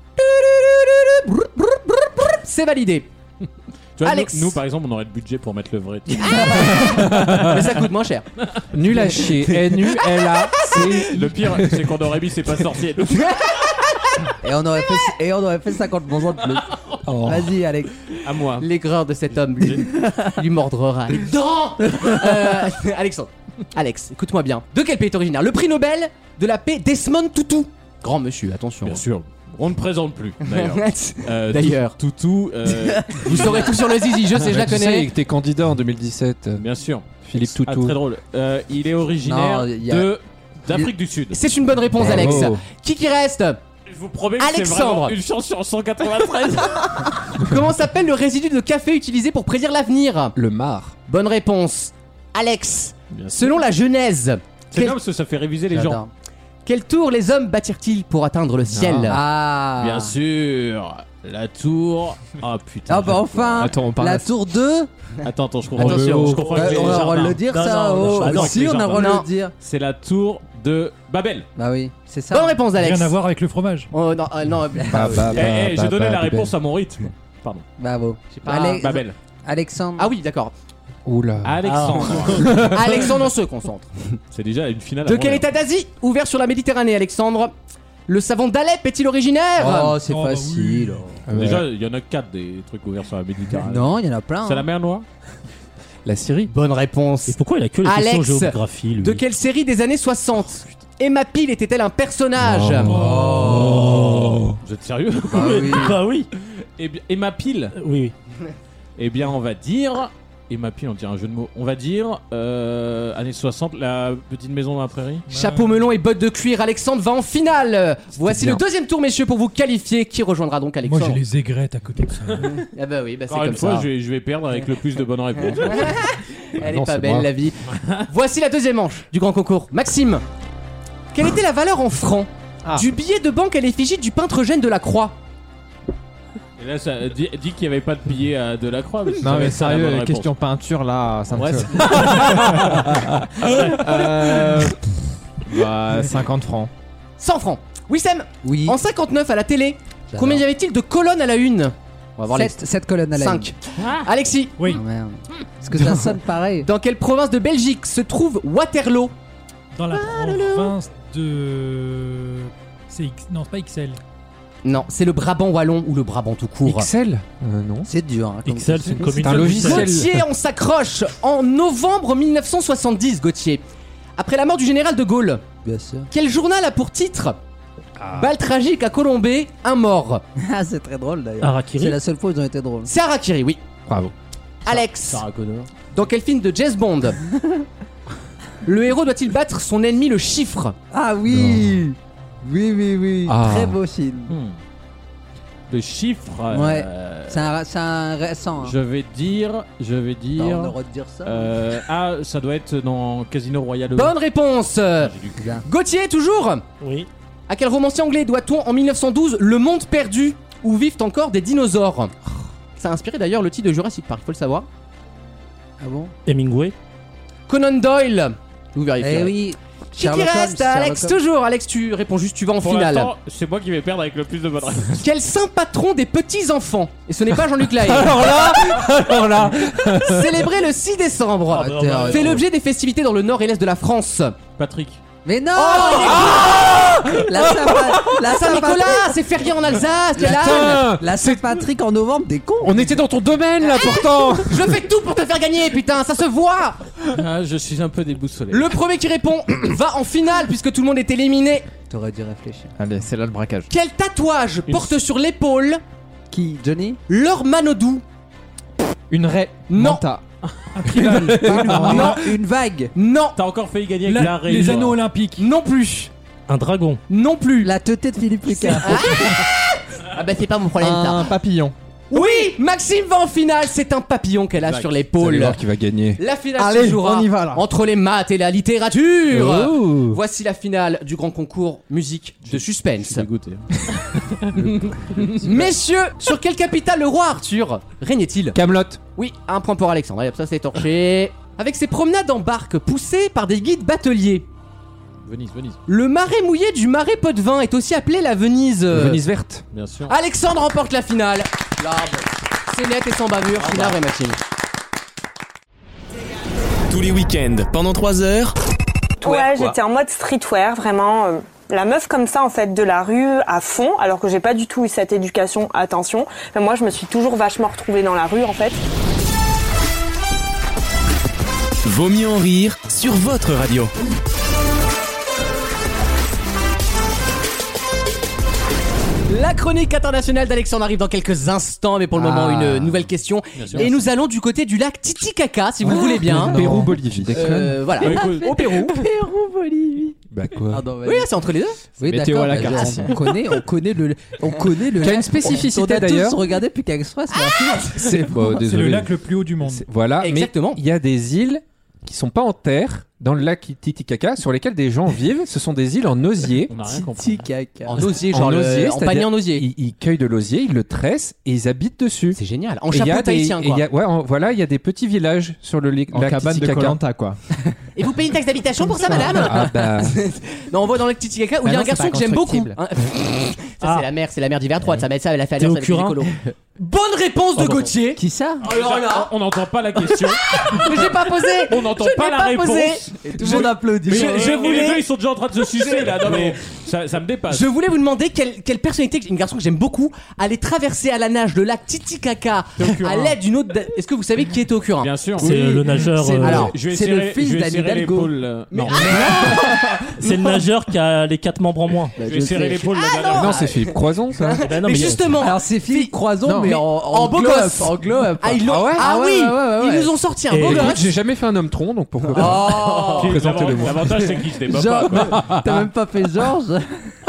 C'est validé. Tu vois, Alex. Nous, nous, par exemple, on aurait le budget pour mettre le vrai. Mais ça coûte moins cher. Nul à chier. N U L A C. Le pire, c'est qu'on aurait mis c'est pas sorcier. Et on aurait fait et on aurait fait cinquante pour cent de plus. Oh. Vas-y, Alex. À moi. L'aigreur de cet homme lui, lui mordra les dents. Euh, Alexandre, Alex, écoute-moi bien. De quel pays est originaire le prix Nobel de la paix Desmond Tutu? Grand monsieur, attention. Bien sûr. On ne présente plus, d'ailleurs. Euh, D'ailleurs. Tout- Toutou, euh, Vous saurez tout sur le zizi, je sais, je la Tu sais, connais. il était candidat en deux mille dix-sept. bien sûr. Philippe Ah, Toutou. très drôle. Euh, il est originaire Non, il y a- de d'Afrique du Sud. C'est une bonne réponse, Bravo. Alex. Qui qui reste? Je vous promets que c'est Alexandre. vraiment une chance sur cent quatre-vingt-treize. Comment s'appelle le résidu de café utilisé pour prédire l'avenir? Le Mar. Bonne réponse. Alex, Bien sûr. selon la Genèse, C'est quel, bien parce que ça fait réviser les gens. J'adore. quel tour les hommes bâtirent-ils pour atteindre le ciel? Ah. Bien sûr. La tour. Ah putain. Ah bah enfin. Attends, on parle La à- tour deux. Attends, attends, je comprends. Attention, je je comprends Ouais, avec les on a le droit de jardins. le dire Non, ça. non, non, Oh, j'adore si les on a le droit de jardins. le dire. C'est la tour de Babel. Bah oui, c'est ça. Bonne réponse, Alex. Rien à voir avec le fromage. Oh, non, euh, non, Bah, ah, bah, Eh, eh, bah, j'ai donné bah, la bah, réponse à mon rythme. Pardon. Bravo. pas- Alex- Babel. Alexandre. ah oui, d'accord. Oula. Alexandre. Alexandre, on se concentre. C'est déjà une finale. De avant quel l'heure. état d'Asie ouvert sur la Méditerranée, Alexandre? Le savon d'Alep est-il originaire? Oh, c'est Oh, bah facile. oui. Ah ouais. Déjà, il y en a quatre des trucs ouverts sur la Méditerranée. Non, il y en a plein. C'est hein. la mer Noire. La Syrie. Bonne réponse. Et pourquoi il a que les Alex, questions géographie lui De quelle série des années soixante Emma Peel était-elle un personnage? Oh. Vous êtes sérieux? Bah oui. Bah oui. Eh bien, Emma Peel. Oui, oui. Eh bien, on va dire Et ma pile, on dirait un jeu de mots. On va dire euh, années soixante, la petite maison dans la prairie. Chapeau melon et bottes de cuir, Alexandre va en finale. Voici bien. le deuxième tour, messieurs, pour vous qualifier. Qui rejoindra donc Alexandre? Moi j'ai les aigrettes à côté de ça. Ah bah oui, bah c'est Encore comme une fois, ça. je vais, je vais perdre avec le plus de bonnes réponses. Elle Non, est pas c'est belle moi. la vie. Voici la deuxième manche du grand concours. Maxime, quelle était la valeur en francs Ah. du billet de banque à l'effigie du peintre Eugène Delacroix? Et là, ça dit, dit qu'il n'y avait pas de billet à Delacroix. Mais ça Non va mais être ça, la sérieux, bonne la réponse. question peinture là, ça me Ouais, fait. euh, bah, cinquante francs. cent francs. Wissem, Oui. en cinquante-neuf à la télé, J'adore. combien y avait-il de colonnes à la une? On va voir les Sept, sept colonnes à la cinq. Alexis, Oui. Oh, merde. Est-ce que ça sonne pareil? dans quelle province de Belgique se trouve Waterloo? Dans la province de. C'est X. Non, c'est pas X L. Non, c'est le Brabant wallon ou le Brabant tout court. X L euh, Non. C'est dur. Hein, comme Excel, question. c'est une commune. un logiciel. Gauthier, on s'accroche en novembre mille neuf cent soixante-dix, Gauthier. Après la mort du général de Gaulle, Bien sûr. quel journal a pour titre Balle tragique à Colombey, un mort? Ah, c'est très drôle d'ailleurs. Harakiri. C'est la seule fois où ils ont été drôles. C'est Harakiri, oui. Bravo. Alex, Sarah Connor. dans quel film de James Bond le héros doit-il battre son ennemi le chiffre? Ah oui. Oui, oui, oui. Ah. Très beau film. Hmm. Le chiffre. Ouais. euh, C'est un, c'est un récent. Hein. Je vais dire. Je vais Bah, dire. on a le droit de dire ça. euh, ah, ça doit être dans Casino Royale. Bonne réponse. J'ai lu. Bien. Gauthier, toujours. Oui. À quel romancier anglais doit-on en mille neuf cent douze Le Monde perdu, où vivent encore des dinosaures? Ça a inspiré d'ailleurs le titre de Jurassic Park, faut le savoir. Ah bon? Hemingway. Conan Doyle. Vous vérifiez. Eh oui. Qui qui Sherlock Holmes, reste Alex, Sherlock Holmes. toujours. Alex, tu réponds juste, tu vas en Pour finale. l'instant, c'est moi qui vais perdre avec le plus de bonnes réponses. Quel saint patron des petits-enfants? Et ce n'est pas Jean-Luc Lahaye. Alors là, alors là. Célébré le six décembre. Ah, bah, bah, Fait l'objet des festivités dans le nord et l'est de la France. Patrick. Mais non. Oh, La Saint- la Saint-Nicolas, c'est férié en Alsace, t'es là. Putain, La Saint-Patrick en novembre, des cons. on était dans ton domaine là pourtant. Je fais tout pour te faire gagner, putain, ça se voit. Ah, je suis un peu déboussolé. Le premier qui répond va en finale puisque tout le monde est éliminé. T'aurais dû réfléchir. Allez, c'est là le braquage. Quel tatouage porte sur l'épaule Qui? Johnny? Laure Manodou? Une raie. Non. Manta. Un tribal. Non, une vague. Non, T'as encore failli gagner avec La- la raie. les toi. anneaux olympiques. non plus, Un dragon. non plus. La teuté de Philippe Lucas. Ah bah c'est pas mon problème ça. Un papillon. Oui, Maxime va en finale, c'est un papillon qu'elle a Max, sur Vous allez l'épaule. voir qui va gagner. La finale Allez, se jouera on y va, là. entre les maths et la littérature. Oh. Voici la finale du grand concours musique de Je suspense. suis dégoûté. Messieurs, sur quelle capitale le roi Arthur régnait-il? Camelot. Oui, un point pour Alexandre. Allez, hop, ça c'est torché. Avec ses promenades en barque poussées par des guides bateliers, Venise, Venise. le marais mouillé du marais Potvin est aussi appelé la Venise. euh, Venise verte. Bien sûr. Alexandre remporte la finale. Là, bon, c'est net et sans bavure. Finale, et Maxime. Tous les week-ends, pendant trois heures. Ouais, j'étais en mode streetwear, vraiment. euh, la meuf comme ça, en fait, de la rue à fond, alors que j'ai pas du tout eu cette éducation, attention. Mais moi, je me suis toujours vachement retrouvée dans la rue, en fait. Vaut mieux en rire sur votre radio. La chronique internationale d'Alexandre arrive dans quelques instants, mais pour le Ah. moment, une nouvelle question. Bien sûr. Et nous allons du côté du lac Titicaca, si vous voulez bien. Pérou, Bolivie. Euh, voilà, Bah, écoute, au Pérou. Bah quoi. Ah non, Oui, c'est entre les deux. Oui, Météo d'accord. à la bah, carte. on, on connaît, on connaît le, on connaît le. Qui a une lac. spécificité, on, on a d'ailleurs. tous regardé Pékin Express. Merci. C'est bon, C'est désolé. le lac le plus haut du monde. C'est- Voilà, Exactement. mais il y a des îles qui sont pas en terre dans le lac Titicaca sur lesquelles des gens vivent. Ce sont des îles en osier. on n'a rien compris. Titicaca. En osier, En genre le- osier, en c'est-à-dire- panier en osier. Ils, ils cueillent de l'osier, ils le tressent et ils habitent dessus. C'est génial. En Et il y a chapeau des- tahitien, et quoi. il y a- ouais, en- voilà, il y a des petits villages sur le li- En lac cabane de Titicaca. Koh-Lanta, quoi. Et vous payez une taxe d'habitation pour ça, madame? Ah bah, Non, on va dans le lac Titicaca où il y a Bah un non, c'est garçon pas que j'aime beaucoup. constructible. Hein. Ça, Ah. c'est la mer, c'est la mer d'hiver trois. Ça met ça, elle a fait Théo alliance avec les Curin. écolos. Bonne réponse de Oh, bon. Gauthier. Qui ça? Alors là, On n'entend pas la question. mais j'ai pas posé. On n'entend Je pas n'ai la pas réponse. posé. Tout le monde applaudit. Mais Je- je, je et voulais- les deux, ils sont déjà en train de se sucer là. Non mais ça, ça me dépasse. Je voulais vous demander quelle, quelle personnalité, une garçon que j'aime beaucoup, allait traverser à la nage le lac Titicaca Théo Curin. à l'aide d'une autre. Est-ce que vous savez qui est Théo Curin? Bien sûr. C'est le nageur. c'est- euh, alors, je vais c'est essayer, le fils je vais essayer d'Annie l'épaule. Hidalgo. euh, Mais- Non, C'est le nageur qui a les quatre membres en moins. Bah, je je vais serrer sais. l'épaule. la Ah, dernière non. Non, c'est Philippe Croison, ça. Bah non, mais mais justement, Alors c'est Philippe Croison, Non, mais, mais en, en en beau glow gosse. up, en glow up. ah, ils l'ont- Ah ouais ah Ah ouais, oui, ouais, ouais, ouais, ils ouais. nous ont sorti un Et beau écoute, Écoute, gosse. j'ai jamais fait un homme tronc, donc pourquoi pas. Oh. Présentez-le-moi. L'avantage, c'est qu'il se débat pas. Genre, quoi. t'as même pas fait Georges.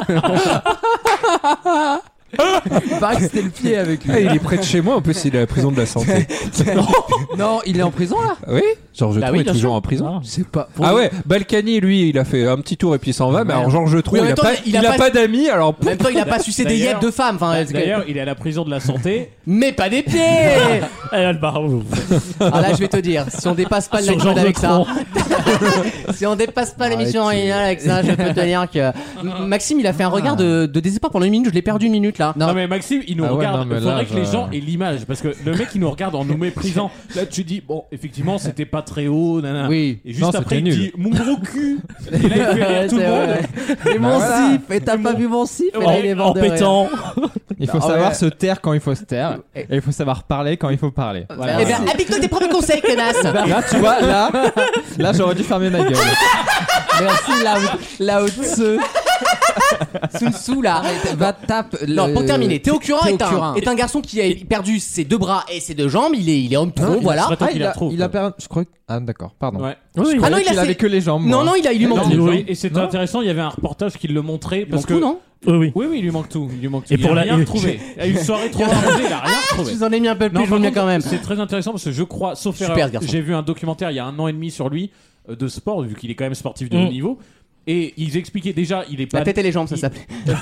Il paraît que c'était le pied avec lui. Ah, il est près de chez moi, en plus il est à la prison de la santé. Non, il est en prison là. Oui, Georges Bah Trou oui, est bien toujours sûr. en prison. Ah. Je sais pas. Pour Ah lui- ouais, Balkany, lui, il a fait un petit tour et puis il s'en va. Mais alors Georges Trou, Oui, en il même a temps, pas, il il a a pas- pas d'amis. Alors En même temps, il a pas sucé des D'ailleurs- yeux de femmes. Enfin, D'ailleurs, il est à la prison de la santé. mais pas des pieds. Eh, Albar, vous- Ah là, je vais te dire, si on dépasse pas le Sur night mode Georges avec ça, Tron. si on dépasse pas l'émission originale avec ça, je peux te dire que M- Maxime, il a fait un regard de, de désespoir pendant une minute. Je l'ai perdu une minute là. Non, mais Maxime, il nous Ah ouais, regarde. non, mais Il faudrait là, que les je- gens aient l'image. Parce que le mec, il nous regarde en nous méprisant. Là, tu dis, bon, effectivement, c'était pas très haut. Nanana. Oui. Et juste Non, après, c'était il nul. dit, mon gros cul. Et là, il fait rire tout le C'est monde. vrai. Et mon sif. Et t'as pas vu mon sif. Et là, il est En, mort en de rire. pétant. Il faut Ah savoir ouais. se taire quand il faut se taire. Et il faut savoir parler quand il faut parler. Eh bien, applique-toi tes propres conseils, connasse. Là, tu vois, là, là j'aurais dû fermer ma gueule. Merci Lao Lao Tse. Sun Tzu là. Va tape. Non, le- pour terminer, Théo Curin est Théo un, Curin. est un garçon qui a perdu ses deux bras et ses deux jambes. Il est, il est homme tronc, Non, il a- voilà. serait temps Ah, qu'il il les a, retrouve. il a perdu. Je crois que. Ah, d'accord, pardon. Ouais. Oui, Je Ah non, croyais il a qu'il avait ses- que les jambes. Non, moi. non, il, a, il lui manque Non, tout. oui, et c'était Non. intéressant, il y avait un reportage qui le montrait. Il Parce manque que. tout, non Oui, oui. Oui, oui, il lui manque tout. Il lui manque tout. Et il pour a la- rien et- retrouvé. Il y a eu une soirée trop arrangée, il a rien Je retrouvé. vous en ai mis un peu plus, Non, je par veux bien contre, quand même. c'est très intéressant parce que je crois, sauf Super, erreur, ce garçon. j'ai vu un documentaire il y a un an et demi sur lui euh, de sport, vu qu'il est quand même sportif de Mm. haut niveau. Et ils expliquaient déjà, il est pas. La tête et les jambes, ça il- s'appelait.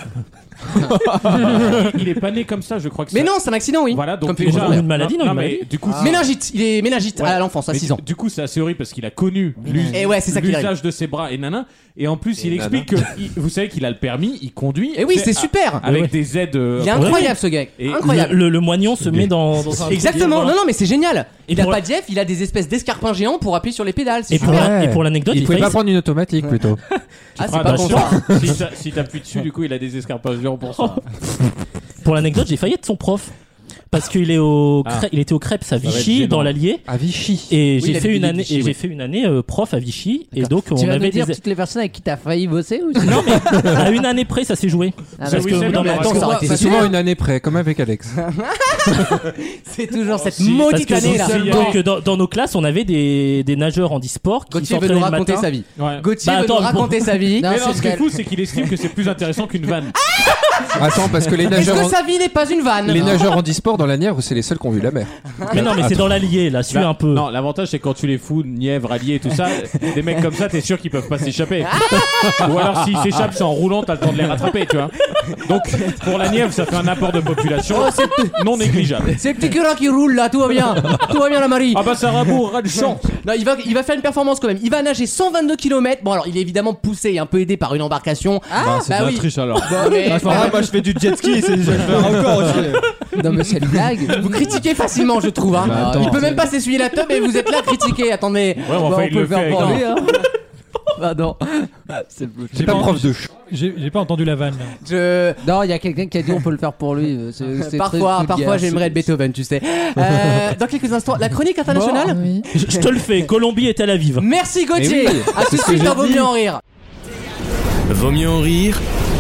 il est pas né comme ça, je crois que Mais ça- non, c'est un accident, oui. Voilà, donc Comme Philippe déjà, Croison. Une maladie, non, une mais maladie. du coup, c'est- Méningite, il est méningite Ouais. à l'enfance, à mais six ans. Du coup, c'est assez horrible parce qu'il a connu l'us- Et ouais, c'est ça qui est l'usage de ses bras et nana. Et en plus, il Et explique que il- vous savez qu'il a le permis, il conduit. Et oui, c'est à- super. Avec Ouais. des aides. euh, Il est incroyable ce gars. Et Incroyable. Le, le, le moignon se met dans, dans un. Exactement. Voilà. Non, non, mais c'est génial. Il Et a pour- pas de Jeff, il a des espèces d'escarpins géants pour appuyer sur les pédales. C'est Et pour, super. la- et pour l'anecdote, Il il, pouvait faillit- pas prendre une automatique plutôt. Ah, c'est feras pas attention. content. Si t'a- Si t'appuies dessus, du coup, il a des escarpages géants pour ça. pour l'anecdote, j'ai failli être son prof. Parce qu'il est au Ah. crê- il était au Crêpes à va être Vichy, gênant. dans l'Allier. À Vichy. Et Oui, j'ai il fait habite une année, Vichy, et oui. j'ai fait une année euh, prof à Vichy. Et donc, Tu on vas nous avait dire des. toutes les personnes avec qui t'as failli bosser ou Non, mais à une année près, ça s'est joué. Ah, Parce oui, que c'est dans bien, ma- mais attends, ça aurait été C'est super. souvent une année près, comme avec Alex. C'est toujours cette si, Parce maudite que année là. si, donc, dans, dans nos classes, on avait des, des nageurs en e-sport qui Gauthier veut s'entraînaient nous le raconter matin. sa vie. Ouais. Gauthier Bah, veut nous attends, raconter sa vie. Non, Mais c'est non, ce qui est ce fou, c'est qu'il estime que c'est plus intéressant qu'une vanne. Attends, parce que les Est-ce nageurs, que en... sa vie n'est pas une vanne les nageurs en e-sport dans la Nièvre, c'est les seuls qui ont vu la mer. Mais non, mais c'est dans l'Allier, là, suis Là- un peu. Non, l'avantage c'est quand tu les fous, Nièvre, Allier et tout ça, des mecs comme ça, t'es sûr qu'ils peuvent pas s'échapper. Ou alors s'ils s'échappent, c'est en roulant, t'as le temps de les rattraper, tu vois. Donc pour la Nièvre, ça fait un apport de population non négligeable. C'est le petit cura qui roule là, tout va bien. Tout va bien la Marie. Ah bah ça rabourra le champ. Non, il va, il va faire une performance quand même. Il va nager cent vingt-deux kilomètres. Bon, alors il est évidemment poussé et un peu aidé par une embarcation. Bah, c'est bah de la oui. triche alors. Bon, mais- Bah, enfin, moi je fais du jet ski, c'est déjà je fais un record aussi. Non mais c'est une blague. Vous critiquez facilement, je trouve. Hein. Bah, attends, il peut c'est- même pas s'essuyer la teub et vous êtes là à critiquer. Attendez. Ouais, mais Bah, enfin on il peut le le fait faire avec parler, un- hein. Bah non. C'est bleu. C'est pas prof de ch... J'ai j'ai pas entendu la vanne. là. Je... Non, il y a quelqu'un qui a dit on peut le faire pour lui. C'est- c'est Parfois, très parfois vulgaire. j'aimerais être Beethoven, tu sais. Euh, dans quelques instants, la chronique internationale. Oui. Je, je te le fais, Colombie et Tel Aviv. Merci Gauthier. Eh oui, à tout de c'est ce que suite j'ai dans Vaut dit. mieux en rire. Vaut mieux en rire.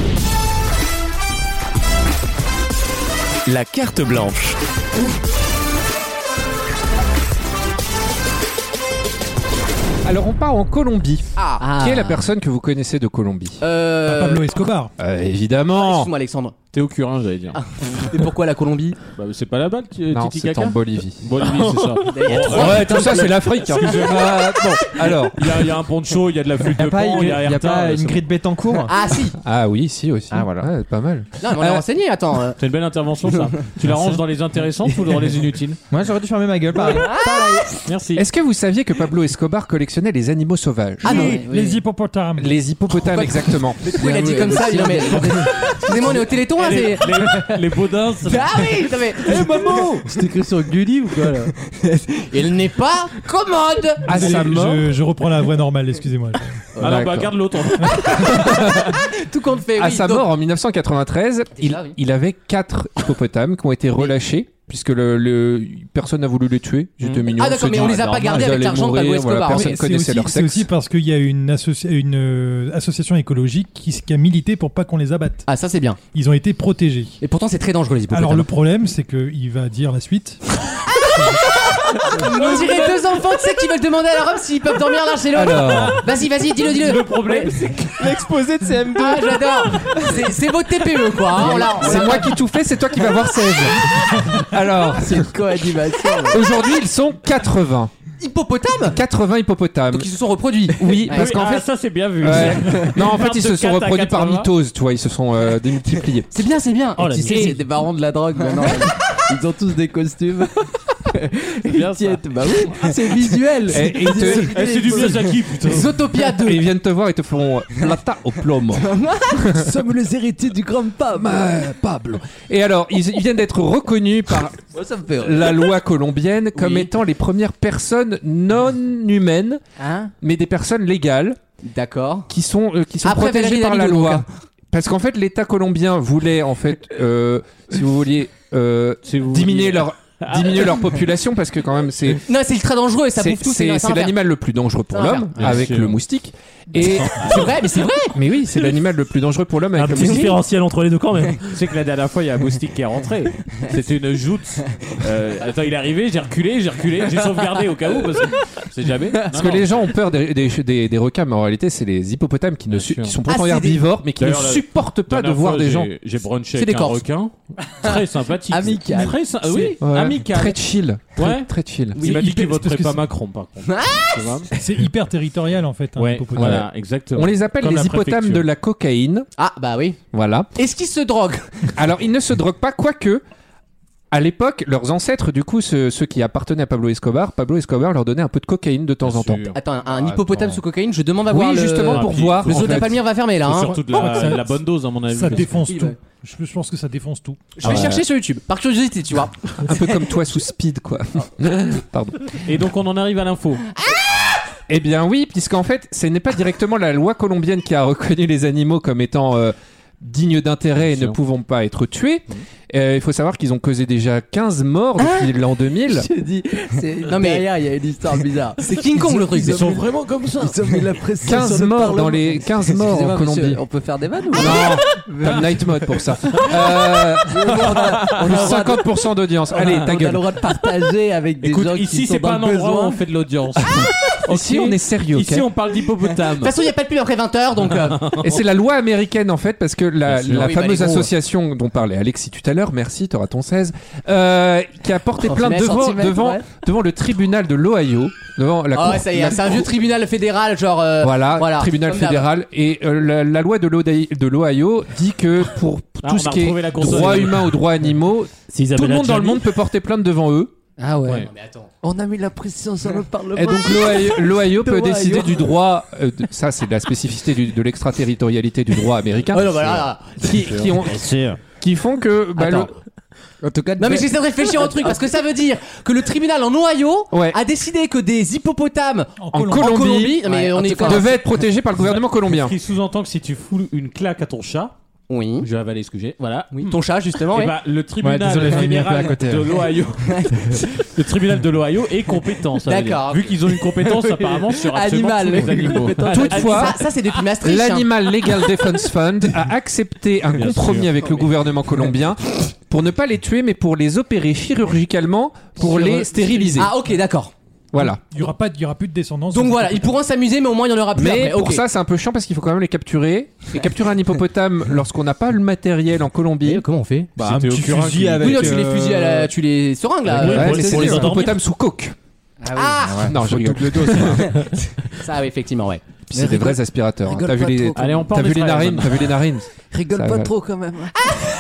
La carte blanche. Alors on part en Colombie. Ah. Ah. Qui est la personne que vous connaissez de Colombie? Euh... Pablo Escobar. Euh, Évidemment. Excuse-moi Alexandre. Théo Curin, j'allais dire. Et pourquoi la Colombie? Bah, c'est pas là-bas le Non, Titi c'est Caca en Bolivie. Bolivie, c'est ça. Il y a trois- Ouais, tout ça c'est l'Afrique. Hein. Ah, bon, alors. Il y a, il y a un poncho, il y a de la flûte Y'a de pas, pan, une, il y a y a Herta, pas c'est une bon. grille de Bettencourt. Ah si. Ah oui, si aussi. Ah, voilà. Ouais, pas mal. Non, mais on l'a Euh, renseigné. Attends. euh. C'est une belle intervention ça. Tu la ranges dans les intéressantes ou dans les inutiles? Moi j'aurais dû fermer ma gueule pareil. Merci. Est-ce que vous saviez que Pablo Escobar collectionnait les animaux sauvages? Ah non. Oui, oui. Les hippopotames. Les hippopotames, exactement. Pourquoi il a dit comme ça? Il dit, non, mais... Excusez-moi, on est au Téléthon là. les, c'est- les, les baudins, ça- Ah oui, non, mais... C'est écrit sur Gulli ou quoi là? Il n'est pas commode. À Désolé, sa mort. je, je reprends la voix normale, excusez-moi. Ah non, bah garde l'autre. Tout compte fait. À oui, sa donc- mort en mille neuf cent quatre-vingt-treize, il, Déjà, oui. il avait quatre hippopotames qui ont été relâchés. Puisque le, le- personne n'a voulu les tuer, j'étais mignon. Ah d'accord, se mais dit, on les a ah, pas gardés ils avec allaient l'argent de Pablo mourir, voilà, Escobar. personne Mais c'est connaissait aussi, leur c'est sexe. aussi parce qu'il y a une, associ- une euh, association écologique qui, qui a milité pour pas qu'on les abatte. Ah ça c'est bien. Ils ont été protégés. Et pourtant c'est très dangereux les hippopotames. Alors le problème, c'est qu'il va dire la suite. On dirait deux enfants, tu sais, qui veulent demander à la robe s'ils peuvent dormir l'un chez l'autre. Alors. Vas-y, vas-y, dis-le, dis-le. Le problème, c'est que L'exposé de C M deux. Ah, j'adore. C'est- C'est votre T P E, quoi. hein. On l'a- on C'est l'a- moi qui tout fais, c'est toi qui vas voir seize. Alors, C'est une co-animation. aujourd'hui, ils sont quatre-vingts. Hippopotame. quatre-vingts hippopotames. Donc ils se sont reproduits. Oui, Ah, parce oui, qu'en ah, fait. ça c'est bien vu. Ouais. Non, en fait, Part ils de se sont quatre à reproduits par quatre-vingts. mitose, tu vois, ils se sont euh, démultipliés. C'est bien, c'est bien. Oh, la Tu sais, c'est des barons de la drogue maintenant. Ils ont tous des costumes. bien, ça. Tiens, bah oui, c'est visuel. Et, et ils te- Eh, c'est du Miyazaki, putain. Zootopia deux. et ils viennent te voir et te font plata au plomo. Nous sommes les héritiers du grand Pab. Pablo. Et alors, ils, ils viennent d'être reconnus par Moi, ça me fait rire. la loi colombienne comme Oui. étant les premières personnes non humaines, Hein mais des personnes légales D'accord. qui sont, euh, qui sont Après protégées Valérie par la Damido, donc, loi. hein. Parce qu'en fait, l'État colombien voulait, en fait, euh, si vous vouliez, euh, Si vous diminuer vouliez. leur diminuer leur population parce que quand même c'est Non, c'est ultra dangereux et ça c'est bouffe tout. c'est- ça c'est va faire. l'animal le plus dangereux pour Ça va l'homme faire. avec Bien sûr. le moustique et C'est vrai, mais c'est vrai. mais oui c'est l'animal le plus dangereux pour l'homme Un avec le petit moustique. différentiel entre les deux quand même. Tu sais que la dernière fois, il y a un moustique qui est rentré. C'était une joute. Euh, attends, il est arrivé, j'ai reculé, j'ai reculé, j'ai sauvegardé au cas où, parce que c'est jamais. Parce que les gens ont peur des, des, des, des requins, mais en réalité, c'est les hippopotames qui, ne su- sûr. qui sont Ah, pourtant c'est des- herbivores, mais qui ne D'ailleurs, la- supportent pas de Dernière voir fois, des j'ai- gens. J'ai brunché C'est avec des un Corses. requin. Très sympathique. Amical. Très sy- oui, Ouais. amical. Très chill. Ouais. Très, très chill. Il m'a dit qu'il hyper- voterait parce que pas c'est- Macron, par contre. Tu vois C'est hyper territorial en fait. Un Ouais, hippopotame. voilà, exactement. On les appelle Comme les la hippopotames préfecture. de la cocaïne. Ah bah oui. Voilà. Est-ce qu'ils se droguent? Alors, ils ne se droguent pas, quoique. À l'époque, leurs ancêtres, du coup, ceux, ceux qui appartenaient à Pablo Escobar, Pablo Escobar leur donnait un peu de cocaïne de temps Bien en temps. sûr. Attends, un Attends. hippopotame sous cocaïne, je demande à voir Oui, le... justement pour Ah, puis, voir. Le en zoo de la fait. Palmyre va fermer là. C'est Hein. surtout de la, Ça- la bonne dose, à mon avis. Ça défonce Il tout. va- Je, je pense que ça défonce tout. Je vais Ah ouais. chercher sur YouTube, par curiosité, tu vois. Un peu comme toi sous speed, quoi. Pardon. Et donc, on en arrive à l'info. Eh bien oui, puisqu'en fait, ce n'est pas directement la loi colombienne qui a reconnu les animaux comme étant euh, dignes d'intérêt et Bien ne sûr. pouvant pas être tués. Euh, Il faut savoir qu'ils ont causé déjà quinze morts depuis l'an deux mille. Je dis, c'est... Non, mais- derrière, il y a une histoire bizarre. C'est King Kong le truc. Ils ont mis- vraiment comme ça. Ils ont mis la pression quinze sur le morts Parlement. dans les quinze morts Excusez-moi, en monsieur, Colombie. on peut faire des vannes ou Non, pas de night mode pour ça. Euh, on a, on plus a le droit de- cinquante pour cent d'audience. on a- Allez, on ta a le gueule. droit de partager avec des Écoute, gens qui ici, sont c'est dans pas un le endroit où besoin. on fait de l'audience. Ici, Ok. on est sérieux, ok. Ici, on parle d'hippopotame. De toute façon, il n'y a pas de pub après vingt heures, donc. euh, Et c'est la loi américaine en fait, parce que la, Bien sûr. la Oui, bah, fameuse les gros. association dont parlait Alexis tout à l'heure, merci, t'auras ton seize, euh, qui a porté plainte Centimètre, devant, centimètre, devant, ouais. devant le tribunal de l'Ohio, devant la Ah cour. ouais, ça y la est, c'est un cour- vieux tribunal fédéral, genre. euh, Voilà, voilà, tribunal comme d'hab. fédéral. Et euh, la, la loi de l'Ohio de l'Ohio dit que pour Ah, tout on ce a qui retrouvé est la console. droits humains ou droits animaux, Si tout le Isabelle monde dans le Adjani- monde peut porter plainte devant eux. Ah ouais. Ouais. Non, mais attends. On a mis la pression sur le Parlement. Et donc l'Ohio- l'Ohio peut L'Ohio. décider du droit, euh, de- ça c'est la spécificité du- de l'extraterritorialité du droit américain, Oh non, voilà. qui, qui ont, Bien sûr. qui font que bah, Attends. En tout cas, Non mais j'essaie de réfléchir au truc parce que ça veut dire que le tribunal en Ohio Ouais. a décidé que des hippopotames En en Colombie. en Colombie, Colombie, non, mais Ouais, on en est tout cas, enfin, devait être protégé par le gouvernement colombien. Ce qui sous-entend que si tu fous une claque à ton chat, oui, je vais avaler ce que j'ai, voilà. oui, ton chat justement. Et ouais. bah, le tribunal Ouais, désolé, j'en ai mis un peu à fédéral côté, de hein. l'Ohio, le tribunal de l'Ohio est compétent. Ça veut dire. D'accord. Vu qu'ils ont une compétence apparemment sur absolument Animal. tous les animaux. Toutefois, Ça, ça c'est depuis Maastricht. hein. l'Animal Legal Defense Fund a accepté un Bien compromis sûr. avec le gouvernement colombien pour ne pas les tuer, mais pour les opérer chirurgicalement pour Sur- les stériliser. Ah ok, d'accord. Voilà. Il y aura pas, il y aura plus de descendance. Donc sur voilà, ces ils pourront s'amuser, mais au moins il y en aura plus Mais après. pour Ok. ça, c'est un peu chiant parce qu'il faut quand même les capturer. Et capturer un hippopotame lorsqu'on n'a pas le matériel en Colombie. Et comment on fait Bah, un C'était petit au Curin fusil qui- avec. Oui, non, tu les euh, fusils à la, tu les seringues là. Oui, euh, Ouais, pour c'est les- c'est pour les des endormir. hippopotames sous coke. Ah, Non, je rigole. Double dose, quoi. ça oui, effectivement, ouais. Puis c'est des vrais aspirateurs. hein. rigole T'as vu pas les, trop. Allez, on t'as parle vu des les fraises. narines, t'as vu les narines. rigole Ça pas va. trop quand même.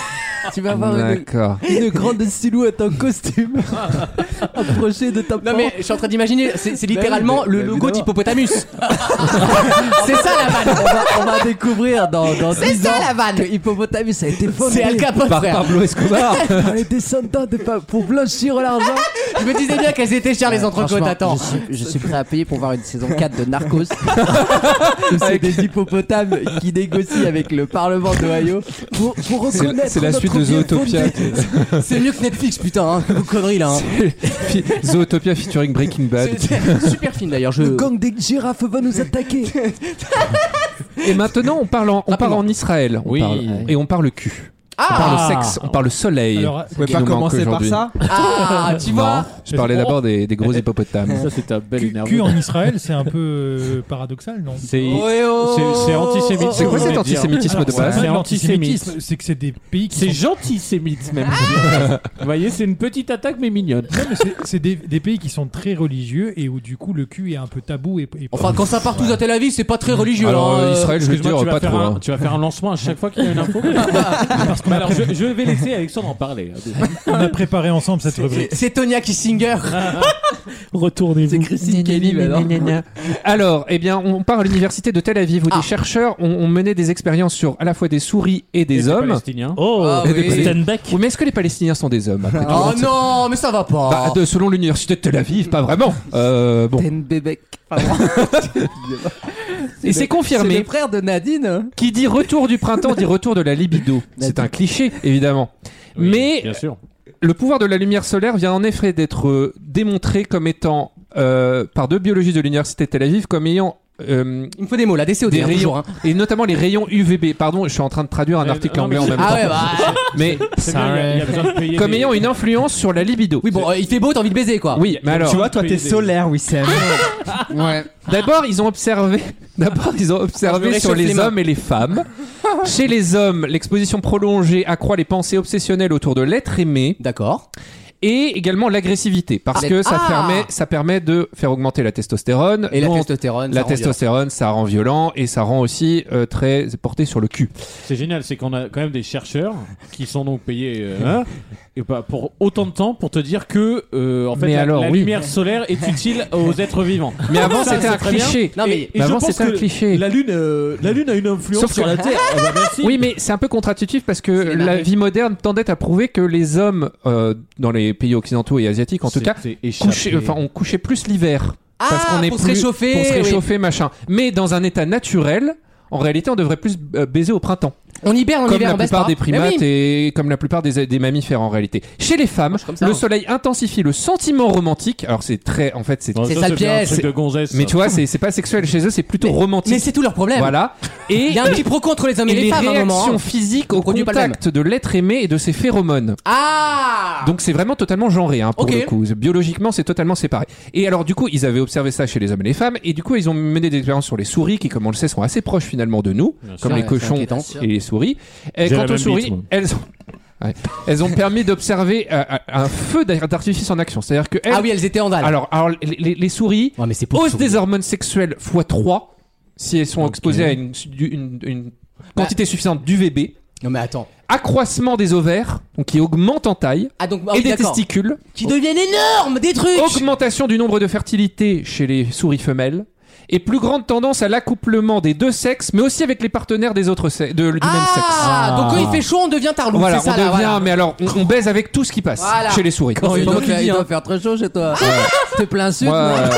Tu vas avoir une, D'accord. une grande silhouette en costume approchée de ta porte. Non mais je suis en train d'imaginer, c'est, c'est littéralement Bah oui, le bah, logo évidemment. d'Hippopotamus. C'est ça la vanne. On va, on va découvrir dans, dans C'est dix ça, ans la vanne. que Hippopotamus a été fondé C'est Al Capone, Par frère. Pablo Escobar. par les descendants de pa- pour blanchir l'argent. Je me disais bien qu'elles étaient chères les entrecôtes. Franchement, Attends. Je suis, je suis prêt à payer pour voir une saison quatre de Narcos où c'est des hippopotames qui négocient avec le Parlement d'Ohio pour, pour C'est, reconnaître c'est la notre suite de bien Zootopia. fondé. C'est mieux que Netflix, putain. Hein. Vos conneries là. Hein. Fi- Zootopia featuring Breaking Bad. C'est, c'est un super film d'ailleurs. Je... Le gang des girafes va nous attaquer. Et maintenant, on parle en, on parle Rapidement. en Israël. On Oui. parle, et on parle cul. On Ah, parle sexe, on parle soleil. Alors, Vous pouvez qui pas nous manque commencer par aujourd'hui. ça ah, tu vois. Je parlais d'abord des, des gros hippopotames. Ça, c'est un bel Cul, énervement. cul en Israël, c'est un peu euh, paradoxal, non? C'est Ouais, oh. c'est- c'est antisémite. C'est quoi ce que cet vous voulez dire. antisémitisme de Alors, base c'est C'est pas de antisémite. l'antisémitisme, c'est que c'est des pays qui C'est sont... gentil-sémite même. Vous voyez, c'est une petite attaque mais mignonne. Non, mais c'est, c'est des, des pays qui sont très religieux et où du coup le cul est un peu tabou et, et Enfin, quand ça part tous à Tel Aviv, c'est pas très religieux. Alors, hein. euh, Israël, je vais te Excuse-moi, dire, tu vas pas faire trop. un- hein. Tu vas faire un lancement à chaque fois qu'il y a une info. Mais alors, je, je vais laisser Alexandre en parler. on a préparé ensemble cette rubrique. C'est Tonya Kissinger. Retournez-vous. C'est Christine Kelly maintenant. Alors, eh bien, on part à l'université de Tel Aviv où Ah. des chercheurs ont, ont mené des expériences sur à la fois des souris et des Et hommes. Palestiniens. Oh, Ah oui. Stenbeck. Oui, mais est-ce que les Palestiniens sont des hommes après tout Oh non, mais ça va pas. Bah, de- selon l'université de Tel Aviv, pas vraiment. Euh, bon. Ten Bebek. Et c'est confirmé. C'est le frère de Nadine. Qui dit retour du printemps dit retour de la libido. C'est un cliché, évidemment. Oui, Mais bien sûr. le pouvoir de la lumière solaire vient en effet d'être euh, démontré comme étant, euh, par deux biologistes de l'université de Tel Aviv, comme ayant euh, Il me faut des mots, la D C O D, des hein, rayons, toujours. Hein. et notamment les rayons U V B. Pardon, je suis en train de traduire un Euh, article non, anglais mais en c'est- même Ah temps. ouais, bah. Mais C'est bien, il y a- il y a besoin de payer comme des- ayant une influence sur la libido. Oui, bon, euh, il fait beau, t'as envie de baiser quoi. Oui, mais alors. Tu vois, toi, t'es solaire, Wissem. Ouais. D'abord, ils ont observé. D'abord, ils ont Je me observé réchauffe sur les, les mains. hommes et les femmes. Chez les hommes, l'exposition prolongée accroît les pensées obsessionnelles autour de l'être aimé D'accord. et également l'agressivité, parce Ah. que ça Ah. permet, ça permet de faire augmenter la testostérone. Et la dont- testostérone. La ça rend violent. testostérone, ça rend violent et ça rend aussi euh, très porté sur le cul. C'est génial, c'est qu'on a quand même des chercheurs qui sont donc payés euh, hein, et pas pour autant de temps pour te dire que euh, en fait Mais la, alors, la oui. lumière solaire est utile aux êtres vivants. Mais avant, Ça, c'était c'est un très bien. cliché. Non, mais- Et- et mais je avant, pense c'était un que cliché. La lune, euh, la lune a une influence Sauf sur que- la Terre. Ah bah merci. Oui, mais c'est un peu contre-intuitif parce que C'est les la marées. vie moderne tendait à prouver que les hommes, euh, dans les pays occidentaux et asiatiques en tout cas, C'était échappé. couchaient, enfin, on couchait plus l'hiver. Ah, parce qu'on est pour se plus- réchauffer, Pour se oui. réchauffer, machin. Mais dans un état naturel, en réalité, on devrait plus euh, baiser au printemps. On hiberne en Comme hiver, la on baisse plupart pas. des primates Mais oui. et comme la plupart des, des mammifères en réalité. Chez les femmes, comme ça, le hein. soleil intensifie le sentiment romantique. Alors c'est très, en fait, c'est. Bon, C'est ça, ça le c'est un piège. truc de gonzesse. Mais ça. tu vois, c'est c'est pas sexuel chez eux, c'est plutôt romantique. Mais c'est tout leur problème. Voilà. Et Il y a un petit pro contre les hommes et, et les les femmes à un moment. réactions hein. physiques au produit pas le contact de l'être aimé et de ses phéromones. Ah. Donc c'est vraiment totalement genré hein, pour Ok. le coup. Biologiquement, c'est totalement séparé. Et alors du coup, ils avaient observé ça chez les hommes et les femmes, et du coup, ils ont mené des expériences sur les souris, qui, comme on le sait, sont assez proches finalement de nous, Bien sûr. comme Ouais, les c'est cochons inquiétant. et les souris. Et J'ai quant la aux même souris, bite, moi. elles ont Ouais. Elles ont permis d'observer euh, un feu d'artifice en action. C'est-à-dire que elles- Ah oui, elles étaient en dalle. alors, alors les, les- les souris Ouais, mais c'est pour hausse souris. des hormones sexuelles fois trois si elles sont Ok. exposées à une, une- une quantité suffisante d'U V B. Non mais attends. Accroissement des ovaires, donc qui augmente en taille, Ah donc ah et oui, des d'accord. testicules. Qui deviennent énormes, des trucs. Augmentation du nombre de fertilité chez les souris femelles. Et plus grande tendance à l'accouplement des deux sexes, mais aussi avec les partenaires des autres se- de, du même sexe. Ah, donc quand il fait chaud, on devient tarlou. Voilà, c'est on ça, là, devient, voilà. mais alors, on, on baise avec tout ce qui passe Voilà. chez les souris. Oh, C'est il pas doit, moi qui faire, le dis, il doit hein. faire très chaud chez toi. T'es plein sud, Ouais, non ouais.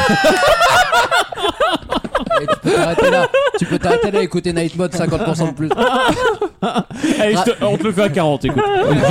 Et tu peux t'arrêter là. Tu peux t'arrêter là, écouter Night Mode cinquante pour cent de plus. Allez, je te- on te le fait à quarante, écoute.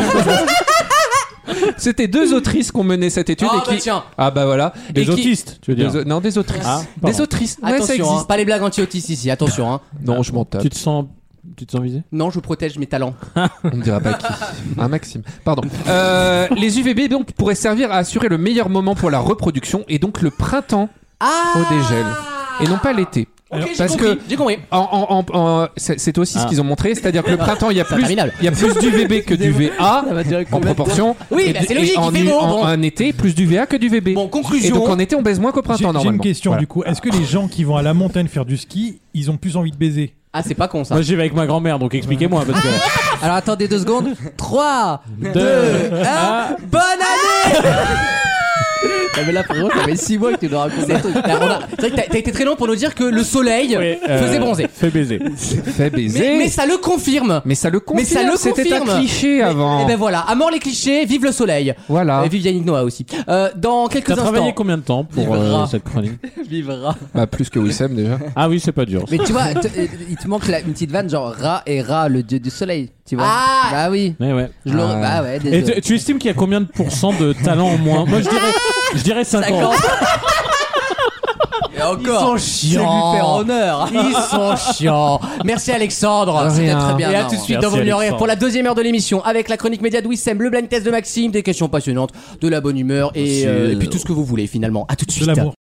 C'était deux autrices qui ont mené cette étude Ah, et bah qui tiens. ah bah voilà Des Et qui- autistes, tu veux dire. Des au- non des autrices Ah, des pardon. autrices ouais, ça Attention, existe hein, pas les blagues anti-autistes ici, attention. Hein. non je m'en tape Tu te sens, tu te sens visé? Non, je protège mes talents. on ne dira pas qui un Maxime pardon euh, les U V B donc pourraient servir à assurer le meilleur moment pour la reproduction et donc le printemps Ah. au dégel et non pas l'été. Ok, j'ai Parce compris, que j'ai compris. en, en- en- en- c'est c'est aussi ce Ah. qu'ils ont montré, c'est-à-dire que le printemps il y a C'est plus interminable. il y a plus d'U V B que d'U V A Ça va durer en combien de temps proportion. Oui, Et bah, de- c'est logique, et en, il fait u- beau, en- bon. en été plus d'U V A que d'U V B. Bon, conclusion. Et donc en été on baise moins qu'au J'ai printemps j'ai normalement. une question Voilà. du coup. Est-ce que les gens qui vont à la montagne faire du ski, ils ont plus envie de baiser Ah, c'est pas con ça. Moi j'y vais avec ma grand-mère, donc expliquez-moi. Parce que... Alors attendez deux secondes. trois, deux, Deux, un. Bonne année. Non mais là frérot, ça fait six mois que tu dois raconter un truc. Alors, on a- C'est vrai que t'as, t'as été très long pour nous dire que le soleil Oui, euh, faisait bronzer. Fait baiser. Fait baiser. Mais, mais ça le confirme. Mais ça le confirme. Mais ça le C'était un confirme. cliché avant. Et ben voilà, à mort les clichés, vive le soleil. Voilà. Et vive Yannick Noah aussi. Euh, dans quelques T'as instants. travaillé combien de temps pour euh, Vivra. cette chronique? Vivra. Bah plus que Wissem déjà. Ah oui, c'est pas dur. Mais tu vois, t- euh, il te manque la- une petite vanne genre Ra et Ra, le dieu du soleil. Tu vois. Ah. Bah oui. Mais ouais. Je l'aurais. Ah. Bah ouais. Et Désolé. tu, tu estimes qu'il y a combien de pourcents de talent en moins? Moi je dirais, je dirais cinquante. Et encore. sont C'est chiants. lui faire honneur. Ils sont chiants. Merci Alexandre. C'était très bien. Et à non, tout de suite Merci dans Vaut mieux en rire Alexandre. pour la deuxième heure de l'émission avec la chronique média de Wissem, le blind test de Maxime, des questions passionnantes, de la bonne humeur et, Merci. euh, et puis tout ce que vous voulez finalement. À tout de De suite. l'amour.